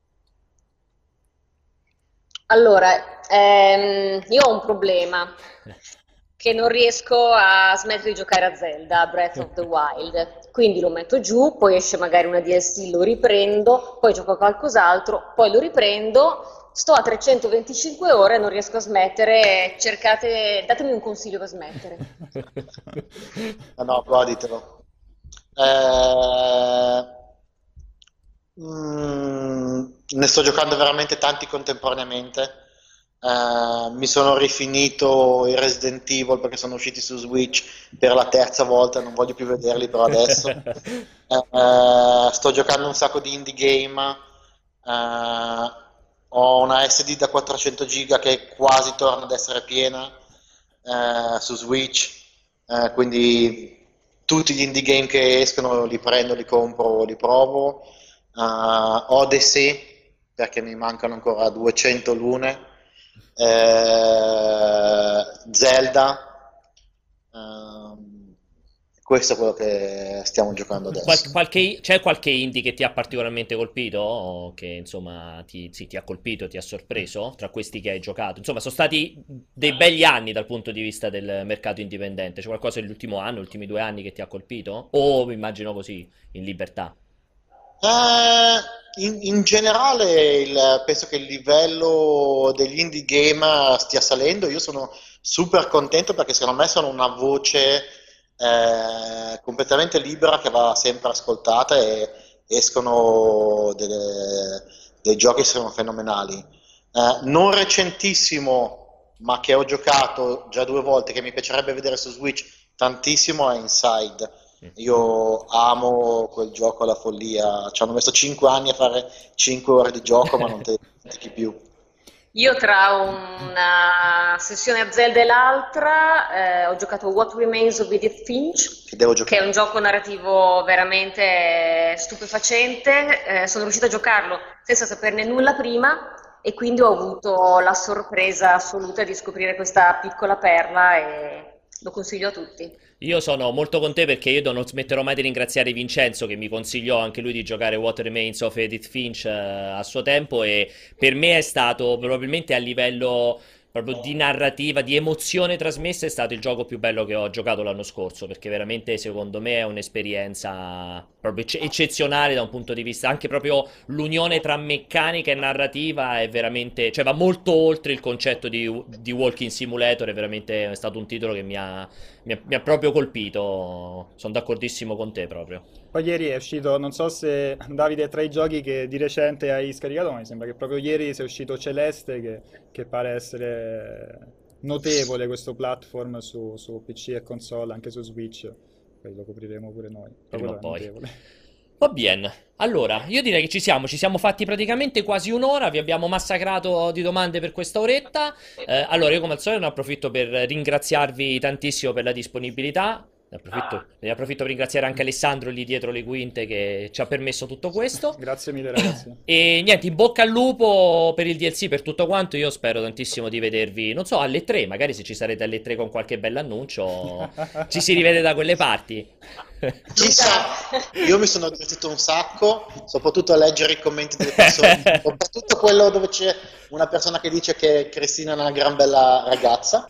[SPEAKER 4] Allora, io ho un problema, che non riesco a smettere di giocare a Zelda, Breath of the Wild, quindi lo metto giù, poi esce magari una DLC, lo riprendo, poi gioco a qualcos'altro, poi lo riprendo, sto a 325 ore e non riesco a smettere, datemi un consiglio per smettere.
[SPEAKER 3] No, goditelo. Ne sto giocando veramente tanti contemporaneamente. Mi sono rifinito i Resident Evil perché sono usciti su Switch per la terza volta, non voglio più vederli però adesso. Sto giocando un sacco di indie game. Ho una SD da 400 giga che quasi torna ad essere piena su Switch, quindi tutti gli indie game che escono li prendo, li compro, li provo. Odyssey perché mi mancano ancora 200 lune. Zelda, questo è quello che stiamo giocando adesso.
[SPEAKER 1] C'è qualche indie che ti ha particolarmente colpito? O che insomma sì, ti ha colpito, ti ha sorpreso tra questi che hai giocato? Insomma, sono stati dei begli anni dal punto di vista del mercato indipendente. C'è qualcosa nell'ultimo anno, ultimi 2 anni che ti ha colpito? O mi immagino così, in libertà?
[SPEAKER 3] In generale penso che il livello degli indie game stia salendo. Io sono super contento perché secondo me sono una voce completamente libera che va sempre ascoltata e escono dei giochi che sono fenomenali. Non recentissimo, ma che ho giocato già 2 volte, che mi piacerebbe vedere su Switch tantissimo, è Inside. Io amo quel gioco alla follia. Ci hanno messo 5 anni a fare 5 ore di gioco, ma non te ne dimentichi più.
[SPEAKER 4] Io tra una sessione a Zelda e l'altra ho giocato What Remains of Edith Finch,
[SPEAKER 3] Che devo
[SPEAKER 4] che è
[SPEAKER 3] giocare.
[SPEAKER 4] un gioco narrativo veramente stupefacente. Sono riuscita a giocarlo senza saperne nulla prima e quindi ho avuto la sorpresa assoluta di scoprire questa piccola perla e lo consiglio a tutti.
[SPEAKER 1] Io sono molto con te perché io non smetterò mai di ringraziare Vincenzo che mi consigliò anche lui di giocare What Remains of Edith Finch a suo tempo e per me è stato probabilmente a livello proprio di narrativa, di emozione trasmessa è stato il gioco più bello che ho giocato l'anno scorso perché veramente secondo me è un'esperienza proprio eccezionale da un punto di vista anche proprio l'unione tra meccanica e narrativa è veramente, cioè va molto oltre il concetto di walking simulator, è veramente stato un titolo che mi ha proprio colpito, sono d'accordissimo con te proprio.
[SPEAKER 2] Poi ieri è uscito, non so se Davide, tra i giochi che di recente hai scaricato, ma mi sembra che proprio ieri sia uscito Celeste, che pare essere notevole questo platform su PC e console, anche su Switch. Poi lo copriremo pure noi. Però
[SPEAKER 1] Prima
[SPEAKER 2] quello
[SPEAKER 1] o
[SPEAKER 2] è
[SPEAKER 1] poi.
[SPEAKER 2] notevole.
[SPEAKER 1] Va bene, allora io direi che ci siamo fatti praticamente quasi un'ora, vi abbiamo massacrato di domande per questa oretta. Allora io come al solito ne approfitto per ringraziarvi tantissimo per la disponibilità. Ne approfitto per ringraziare anche Alessandro lì dietro le quinte che ci ha permesso tutto questo.
[SPEAKER 2] Grazie mille ragazzi.
[SPEAKER 1] E niente, in bocca al lupo per il DLC, per tutto quanto. Io spero tantissimo di vedervi, non so, alle 3. Magari se ci sarete alle 3 con qualche bell'annuncio, ci si rivede da quelle parti.
[SPEAKER 3] Chissà, io mi sono divertito un sacco, soprattutto a leggere i commenti delle persone, soprattutto quello dove c'è una persona che dice che Cristina è una gran bella ragazza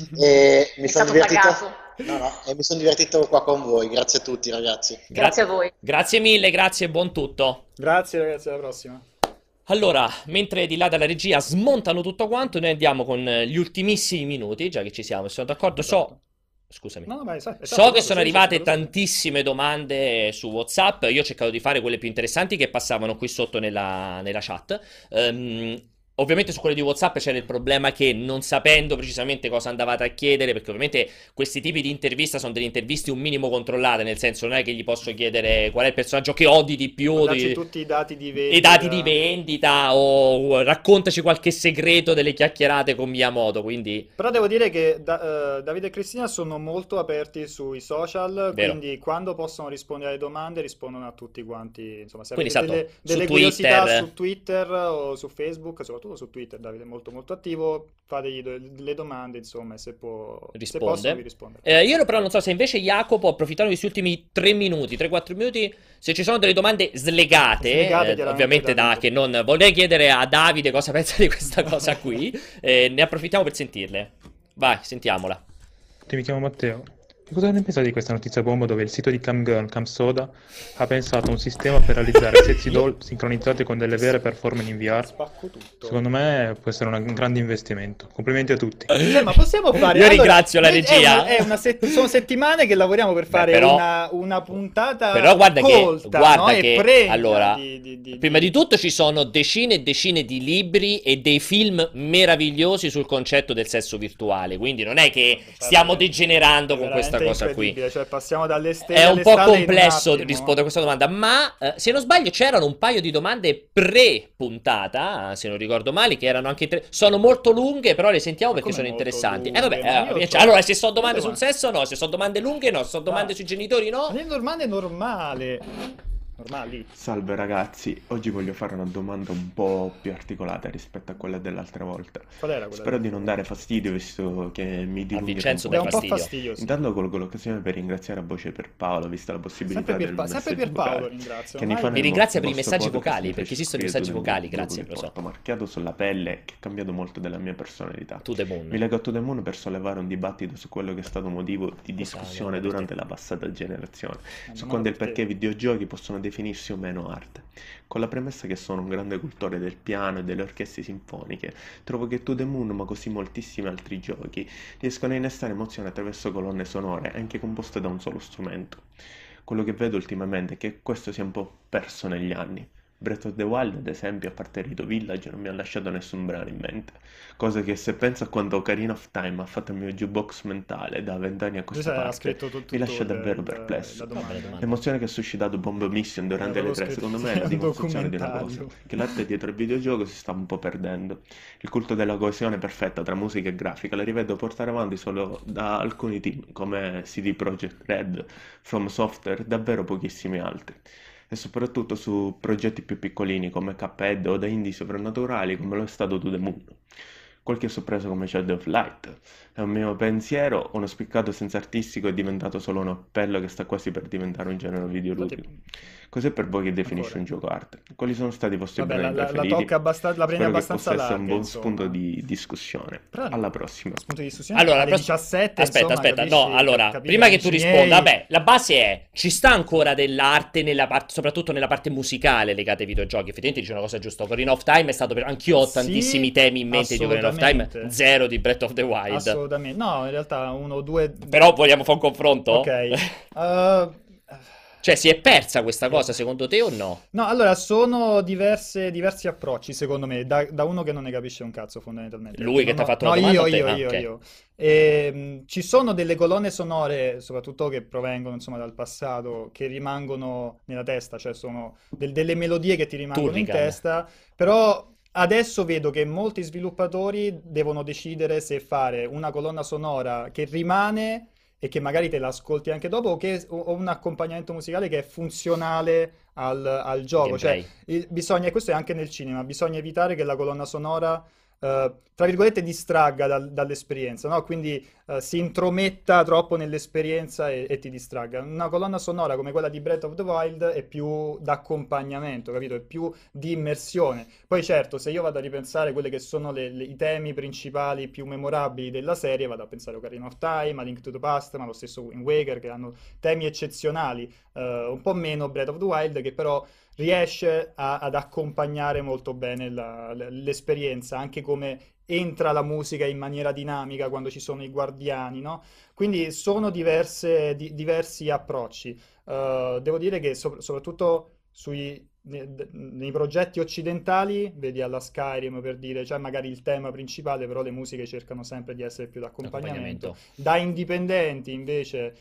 [SPEAKER 3] e mi
[SPEAKER 4] È
[SPEAKER 3] sono
[SPEAKER 4] stato
[SPEAKER 3] divertito.
[SPEAKER 4] pagato.
[SPEAKER 3] No, e mi sono divertito qua con voi. Grazie a tutti, ragazzi.
[SPEAKER 4] Grazie a voi.
[SPEAKER 1] Grazie mille, grazie e buon tutto.
[SPEAKER 2] Grazie ragazzi, alla prossima.
[SPEAKER 1] Allora, mentre di là dalla regia smontano tutto quanto, noi andiamo con gli ultimissimi minuti, già che ci siamo, sono d'accordo?
[SPEAKER 2] Esatto.
[SPEAKER 1] Scusami.
[SPEAKER 2] No, ma
[SPEAKER 1] So che sono
[SPEAKER 2] sì,
[SPEAKER 1] arrivate
[SPEAKER 2] sì,
[SPEAKER 1] tantissime domande su WhatsApp, io ho cercato di fare quelle più interessanti che passavano qui sotto nella chat. Ovviamente su quelle di WhatsApp c'era il problema che non sapendo precisamente cosa andavate a chiedere, perché ovviamente questi tipi di intervista sono delle interviste un minimo controllate, nel senso non è che gli posso chiedere qual è il personaggio che odi di più,
[SPEAKER 2] darci tutti i dati di vendita.
[SPEAKER 1] i dati di vendita o raccontaci qualche segreto delle chiacchierate con Miyamoto, quindi
[SPEAKER 2] Però devo dire che Davide e Cristina sono molto aperti sui social,
[SPEAKER 1] Vero.
[SPEAKER 2] quindi quando possono rispondere alle domande rispondono a tutti quanti. Insomma, se
[SPEAKER 1] Quindi,
[SPEAKER 2] avete
[SPEAKER 1] esatto,
[SPEAKER 2] delle
[SPEAKER 1] su
[SPEAKER 2] curiosità
[SPEAKER 1] Twitter.
[SPEAKER 2] su Twitter o su Facebook, soprattutto su Twitter, Davide è molto molto attivo, fategli delle domande, insomma, e se
[SPEAKER 1] Risponde.
[SPEAKER 2] possono vi risponde.
[SPEAKER 1] Io però non so se invece Jacopo, approfittando di questi ultimi 3 minuti, 3-4 minuti, se ci sono delle domande slegate,
[SPEAKER 2] Chiaramente,
[SPEAKER 1] ovviamente da
[SPEAKER 2] Davide.
[SPEAKER 1] che non vorrei chiedere a Davide cosa pensa di questa cosa qui, ne approfittiamo per sentirle. Vai, sentiamola.
[SPEAKER 6] Mi chiamo Matteo. Cosa ne pensate di questa notizia bomba dove il sito di Camgirl, Camsoda, ha pensato a un sistema per realizzare sexy doll sincronizzate con delle vere performance in VR?
[SPEAKER 2] Spacco tutto.
[SPEAKER 6] Secondo me può essere un grande investimento. Complimenti a tutti.
[SPEAKER 2] Ma possiamo fare...
[SPEAKER 1] Io
[SPEAKER 2] allora,
[SPEAKER 1] ringrazio la regia.
[SPEAKER 2] sono settimane che lavoriamo per fare una puntata
[SPEAKER 1] però guarda
[SPEAKER 2] colta,
[SPEAKER 1] guarda
[SPEAKER 2] no? E
[SPEAKER 1] che
[SPEAKER 2] pregna
[SPEAKER 1] allora,
[SPEAKER 2] di-
[SPEAKER 1] prima di tutto ci sono decine e decine di libri e dei film meravigliosi sul concetto del sesso virtuale, quindi non è che stiamo degenerando con questa cosa qui.
[SPEAKER 2] incredibile, cioè passiamo dalle stelle
[SPEAKER 1] È un
[SPEAKER 2] alle
[SPEAKER 1] po'
[SPEAKER 2] stalle in un
[SPEAKER 1] complesso
[SPEAKER 2] attimo.
[SPEAKER 1] rispondere a questa domanda, ma se non sbaglio c'erano un paio di domande pre-puntata, se non ricordo male, che erano anche sono molto lunghe, però le sentiamo
[SPEAKER 2] Ma
[SPEAKER 1] perché
[SPEAKER 2] come
[SPEAKER 1] sono
[SPEAKER 2] molto
[SPEAKER 1] interessanti.
[SPEAKER 2] lunghe? Ma io
[SPEAKER 1] Vabbè,
[SPEAKER 2] so-
[SPEAKER 1] allora se sono domande
[SPEAKER 2] Dove
[SPEAKER 1] sul
[SPEAKER 2] va?
[SPEAKER 1] sesso no, se sono domande lunghe no, se sono domande
[SPEAKER 2] Ah.
[SPEAKER 1] sui genitori no.
[SPEAKER 2] Ma le domande normali. Normali.
[SPEAKER 7] Salve ragazzi, oggi voglio fare una domanda un po' più articolata rispetto a quella dell'altra volta.
[SPEAKER 2] Qual era quella?
[SPEAKER 7] Spero di non dare fastidio visto che mi dilungherò
[SPEAKER 1] Vincenzo
[SPEAKER 7] un
[SPEAKER 2] È
[SPEAKER 1] dà
[SPEAKER 7] po'.
[SPEAKER 2] un po'
[SPEAKER 1] fastidio.
[SPEAKER 2] fastidioso.
[SPEAKER 7] Intanto colgo l'occasione per ringraziare a voce per Paolo, vista la possibilità del
[SPEAKER 2] Sempre
[SPEAKER 7] messaggio
[SPEAKER 2] Pierpaolo
[SPEAKER 7] vocale.
[SPEAKER 2] ringrazio.
[SPEAKER 7] Che ne
[SPEAKER 2] ormai-
[SPEAKER 7] fa
[SPEAKER 1] Mi ringrazia per i
[SPEAKER 7] vostro
[SPEAKER 1] messaggi
[SPEAKER 7] podcast
[SPEAKER 1] vocali,
[SPEAKER 7] mi
[SPEAKER 1] perché
[SPEAKER 7] fece
[SPEAKER 1] esistono i
[SPEAKER 7] scoprire
[SPEAKER 1] messaggi
[SPEAKER 7] tutto
[SPEAKER 1] vocali,
[SPEAKER 7] un
[SPEAKER 1] grazie,
[SPEAKER 7] dopo
[SPEAKER 1] lo so.
[SPEAKER 7] porto marchiato sulla pelle che ha cambiato molto della mia personalità.
[SPEAKER 1] To the moon.
[SPEAKER 7] Mi leggo a To The Moon per sollevare un dibattito su quello che è stato motivo di discussione
[SPEAKER 1] no,
[SPEAKER 7] durante la passata generazione, su
[SPEAKER 2] ma
[SPEAKER 7] quando e il
[SPEAKER 2] perché?
[SPEAKER 7] perché i videogiochi possono definirsi o meno arte. Con la premessa che sono un grande cultore del piano e delle orchestre sinfoniche, trovo che To The Moon, ma così moltissimi altri giochi, riescono a innestare emozioni attraverso colonne sonore anche composte da un solo strumento. Quello che vedo ultimamente è che questo si è un po' perso negli anni. Breath of the Wild, ad esempio, a parte Rito Village, non mi ha lasciato nessun brano in mente. Cosa che se penso a quando Ocarina of Time ha fatto il mio jukebox mentale da 20 anni a questa
[SPEAKER 2] Lui aveva
[SPEAKER 7] parte,
[SPEAKER 2] scritto tutto
[SPEAKER 7] mi lascia
[SPEAKER 2] il-
[SPEAKER 7] davvero
[SPEAKER 2] il-
[SPEAKER 7] perplesso.
[SPEAKER 2] la domanda.
[SPEAKER 1] Vabbè,
[SPEAKER 7] L'emozione che ha suscitato Bomb Mission durante
[SPEAKER 2] Avevo
[SPEAKER 7] le tre,
[SPEAKER 2] scritto
[SPEAKER 7] secondo me, è la
[SPEAKER 2] un
[SPEAKER 7] dimostrazione di una
[SPEAKER 2] documentario.
[SPEAKER 7] cosa, che l'arte dietro il videogioco si sta un po' perdendo. Il culto della coesione perfetta tra musica e grafica la rivedo portare avanti solo da alcuni team, come CD Projekt Red, From Software e davvero pochissimi altri. E soprattutto su progetti più piccolini come Cuphead o da indie soprannaturali come lo è stato To The Moon. Qualche sorpresa come Shadow of Light. È un mio pensiero, uno spiccato senza artistico è diventato solo un appello che sta quasi per diventare un genere videoludico. Cos'è per voi che definisce un gioco arte? Quali sono stati i vostri
[SPEAKER 2] Vabbè,
[SPEAKER 7] brani
[SPEAKER 2] la
[SPEAKER 7] preferiti?
[SPEAKER 2] tocca abbastanza, la prende
[SPEAKER 7] Spero che
[SPEAKER 2] abbastanza
[SPEAKER 7] possa essere
[SPEAKER 2] larga,
[SPEAKER 7] un buon
[SPEAKER 2] insomma.
[SPEAKER 7] spunto di discussione.
[SPEAKER 2] Però-
[SPEAKER 7] Alla prossima.
[SPEAKER 2] Spunto di discussione
[SPEAKER 1] Allora,
[SPEAKER 2] alle 17,
[SPEAKER 1] aspetta,
[SPEAKER 2] insomma,
[SPEAKER 1] aspetta,
[SPEAKER 2] capisci?
[SPEAKER 1] no, allora,
[SPEAKER 2] Capire,
[SPEAKER 1] prima che tu
[SPEAKER 2] amici
[SPEAKER 1] risponda,
[SPEAKER 2] miei.
[SPEAKER 1] vabbè, la base è, ci sta ancora dell'arte nella parte, soprattutto nella parte musicale legata ai videogiochi, effettivamente dice una cosa giusta, Ocarina of Time è stato, anch'io ho
[SPEAKER 2] Sì,
[SPEAKER 1] tantissimi temi in mente di Ocarina of Time,
[SPEAKER 2] assolutamente.
[SPEAKER 1] zero di Breath of the Wild,
[SPEAKER 2] Assolutamente. No, in realtà uno o due...
[SPEAKER 1] però vogliamo fare un confronto?
[SPEAKER 2] Ok.
[SPEAKER 1] Cioè, si è persa questa cosa secondo te o no?
[SPEAKER 2] No, allora, sono diversi approcci, secondo me, da uno che non ne capisce un cazzo, fondamentalmente.
[SPEAKER 1] Lui che
[SPEAKER 2] No,
[SPEAKER 1] ti ha fatto
[SPEAKER 2] no,
[SPEAKER 1] la domanda o te?
[SPEAKER 2] io,
[SPEAKER 1] Ah,
[SPEAKER 2] io,
[SPEAKER 1] ok.
[SPEAKER 2] io. Ci sono delle colonne sonore, soprattutto che provengono, insomma, dal passato, che rimangono nella testa, cioè sono delle melodie che ti rimangono in
[SPEAKER 1] Turrican.
[SPEAKER 2] testa, però adesso vedo che molti sviluppatori devono decidere se fare una colonna sonora che rimane e che magari te la ascolti anche dopo o un accompagnamento musicale che è funzionale al gioco. Cioè,
[SPEAKER 1] Gameplay.
[SPEAKER 2] e questo è anche nel cinema, bisogna evitare che la colonna sonora, tra virgolette, distragga dall'esperienza, no? Quindi si intrometta troppo nell'esperienza e ti distragga. Una colonna sonora come quella di Breath of the Wild è più d'accompagnamento, capito? È più di immersione. Poi certo, se io vado a ripensare quelli che sono i temi principali più memorabili della serie, vado a pensare a Ocarina of Time, a Link to the Past, ma lo stesso Wind Waker, che hanno temi eccezionali, un po' meno Breath of the Wild, che però riesce ad accompagnare molto bene l'esperienza, anche come entra la musica in maniera dinamica quando ci sono i guardiani, no? Quindi sono diversi approcci. Devo dire che soprattutto nei progetti occidentali, vedi alla Skyrim per dire, c'è magari il tema principale, però le musiche cercano sempre di essere più d'accompagnamento. Da indipendenti invece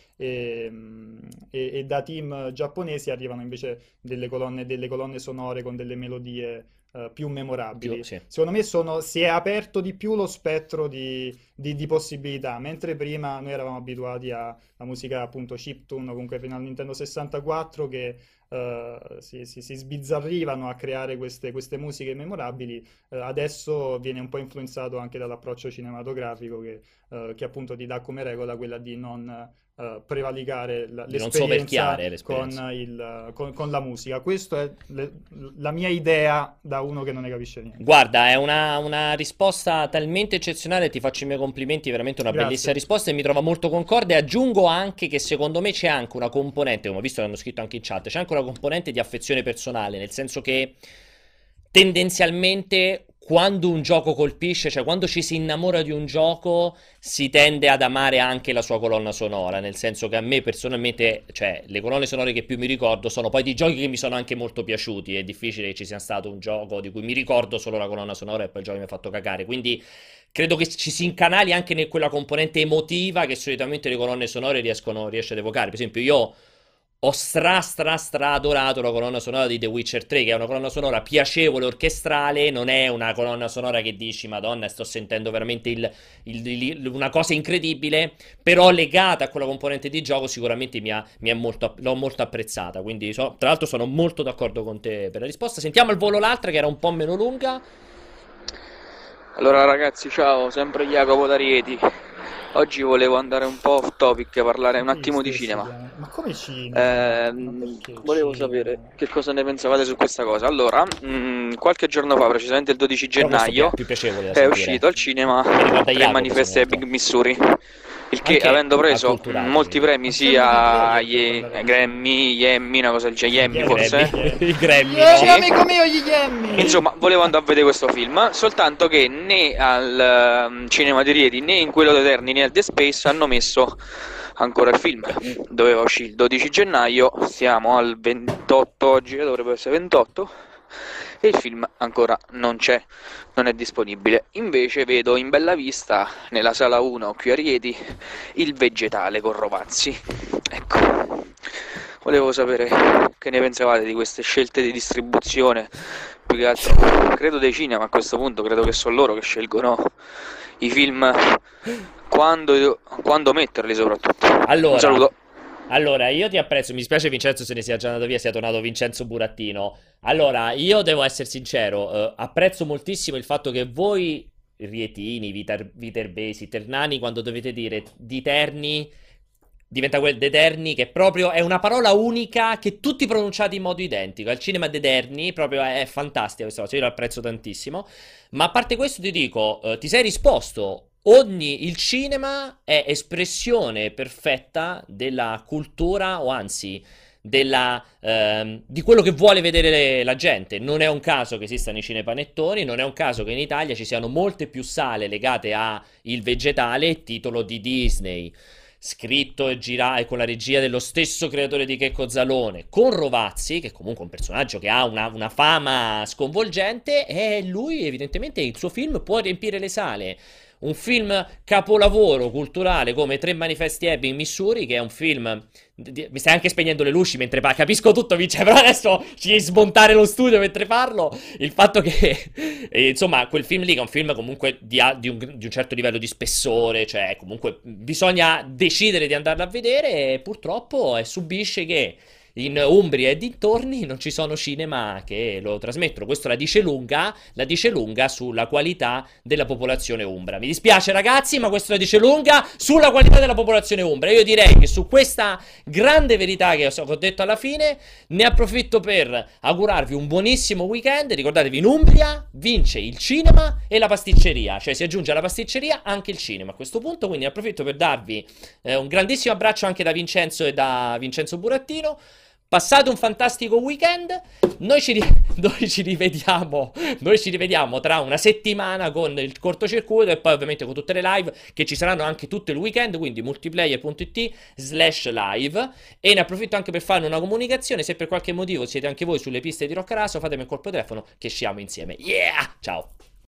[SPEAKER 2] e da team giapponesi arrivano invece delle colonne sonore con delle melodie più memorabili.
[SPEAKER 1] Sì.
[SPEAKER 2] Secondo me si è aperto di più lo spettro di possibilità, mentre prima noi eravamo abituati alla musica appunto chiptune o comunque fino al Nintendo 64 che si sbizzarrivano a creare queste musiche memorabili. Adesso viene un po' influenzato anche dall'approccio cinematografico che appunto ti dà come regola quella di non prevalicare
[SPEAKER 1] Di non
[SPEAKER 2] l'esperienza
[SPEAKER 1] soverchiare l'esperienza.
[SPEAKER 2] con la musica. Questa è la mia idea da uno che non ne capisce niente.
[SPEAKER 1] Guarda, è una risposta talmente eccezionale, ti faccio i miei complimenti, veramente una
[SPEAKER 2] Grazie.
[SPEAKER 1] bellissima risposta e mi trova molto concorde. Aggiungo anche che secondo me c'è anche una componente, come ho visto che hanno scritto anche in chat, c'è anche una componente di affezione personale, nel senso che tendenzialmente quando un gioco colpisce, cioè quando ci si innamora di un gioco, si tende ad amare anche la sua colonna sonora, nel senso che a me personalmente, cioè le colonne sonore che più mi ricordo sono poi di giochi che mi sono anche molto piaciuti, è difficile che ci sia stato un gioco di cui mi ricordo solo la colonna sonora e poi il gioco mi ha fatto cagare, quindi credo che ci si incanali anche in quella componente emotiva che solitamente le colonne sonore riesce ad evocare. Per esempio io ho stra adorato la colonna sonora di The Witcher 3, che è una colonna sonora piacevole, orchestrale, non è una colonna sonora che dici Madonna, sto sentendo veramente una cosa incredibile, però legata a quella componente di gioco sicuramente l'ho molto apprezzata, quindi tra l'altro sono molto d'accordo con te per la risposta. Sentiamo al volo l'altra che era un po' meno lunga.
[SPEAKER 8] Allora ragazzi, ciao, sempre Jacopo da Rieti. Oggi volevo andare un po' off topic, parlare un attimo di cinema.
[SPEAKER 2] Ma come cinema?
[SPEAKER 8] Volevo sapere che cosa ne pensavate su questa cosa. Allora, qualche giorno fa, precisamente il 12 gennaio,
[SPEAKER 1] più piacevole da
[SPEAKER 8] è
[SPEAKER 1] sentire.
[SPEAKER 8] uscito al cinema
[SPEAKER 1] Mi ricorda
[SPEAKER 8] Tre
[SPEAKER 1] Jacopo,
[SPEAKER 8] manifesti
[SPEAKER 1] molto.
[SPEAKER 8] Epic Missouri. Il che,
[SPEAKER 1] Anche
[SPEAKER 8] avendo preso
[SPEAKER 1] acculturato,
[SPEAKER 8] molti
[SPEAKER 1] quindi.
[SPEAKER 8] premi sia agli Grammy, gli Emmy, una cosa del genere, gli Emmy forse.
[SPEAKER 1] I Grammy,
[SPEAKER 2] Yeah,
[SPEAKER 1] no?
[SPEAKER 2] amico mio, gli Yemmi!
[SPEAKER 8] Insomma, volevo andare a vedere questo film, soltanto che né al cinema di Rieti né in quello dei Terni né al The Space hanno messo ancora il film. Doveva uscire il 12 gennaio, siamo al 28 oggi, dovrebbe essere 28, e il film ancora non c'è, non è disponibile. Invece vedo in bella vista, nella sala 1 qui a Rieti, Il Vegetale con Rovazzi. Ecco, volevo sapere che ne pensavate di queste scelte di distribuzione, più che altro credo dei cinema a questo punto, credo che sono loro che scelgono i film quando metterli soprattutto. Un saluto.
[SPEAKER 1] Allora, io ti apprezzo, mi spiace Vincenzo se ne sia già andato via, sia tornato Vincenzo Burattino. Allora, io devo essere sincero, apprezzo moltissimo il fatto che voi, rietini, viterbesi, ternani, quando dovete dire di Terni, diventa quel De Terni, che proprio è una parola unica che tutti pronunciate in modo identico. Al cinema De Terni proprio è fantastica questa cosa, io l'apprezzo tantissimo. Ma a parte questo ti dico, ti sei risposto. Il cinema è espressione perfetta della cultura, o anzi di quello che vuole vedere la gente. Non è un caso che esistano i cinepanettoni, non è un caso che in Italia ci siano molte più sale legate a Il Vegetale, titolo di Disney, scritto e girato con la regia dello stesso creatore di Checco Zalone, con Rovazzi, che è comunque un personaggio che ha una fama sconvolgente, e lui evidentemente il suo film può riempire le sale. Un film capolavoro culturale come Tre manifesti Ebbing, Missouri, che è un film... Mi stai anche spegnendo le luci mentre parlo. Capisco tutto, Vince, però adesso ci devi smontare lo studio mentre parlo. Il fatto che... insomma, quel film lì, che è un film comunque di un certo livello di spessore, cioè comunque bisogna decidere di andarlo a vedere, e purtroppo subisce che in Umbria e dintorni non ci sono cinema che lo trasmettono. Questo la dice lunga sulla qualità della popolazione umbra. Mi dispiace ragazzi, ma questo la dice lunga sulla qualità della popolazione umbra. Io direi che su questa grande verità che ho detto alla fine, ne approfitto per augurarvi un buonissimo weekend. Ricordatevi, in Umbria vince il cinema e la pasticceria, cioè si aggiunge alla pasticceria anche il cinema a questo punto, quindi ne approfitto per darvi un grandissimo abbraccio anche da Vincenzo e da Vincenzo Burattino. Passate un fantastico weekend. Noi ci rivediamo tra una settimana con il cortocircuito, e poi ovviamente con tutte le live che ci saranno anche tutto il weekend, quindi multiplayer.it/live. E ne approfitto anche per fare una comunicazione: se per qualche motivo siete anche voi sulle piste di Roccaraso, fatemi un colpo di telefono che sciamo insieme. Yeah! Ciao!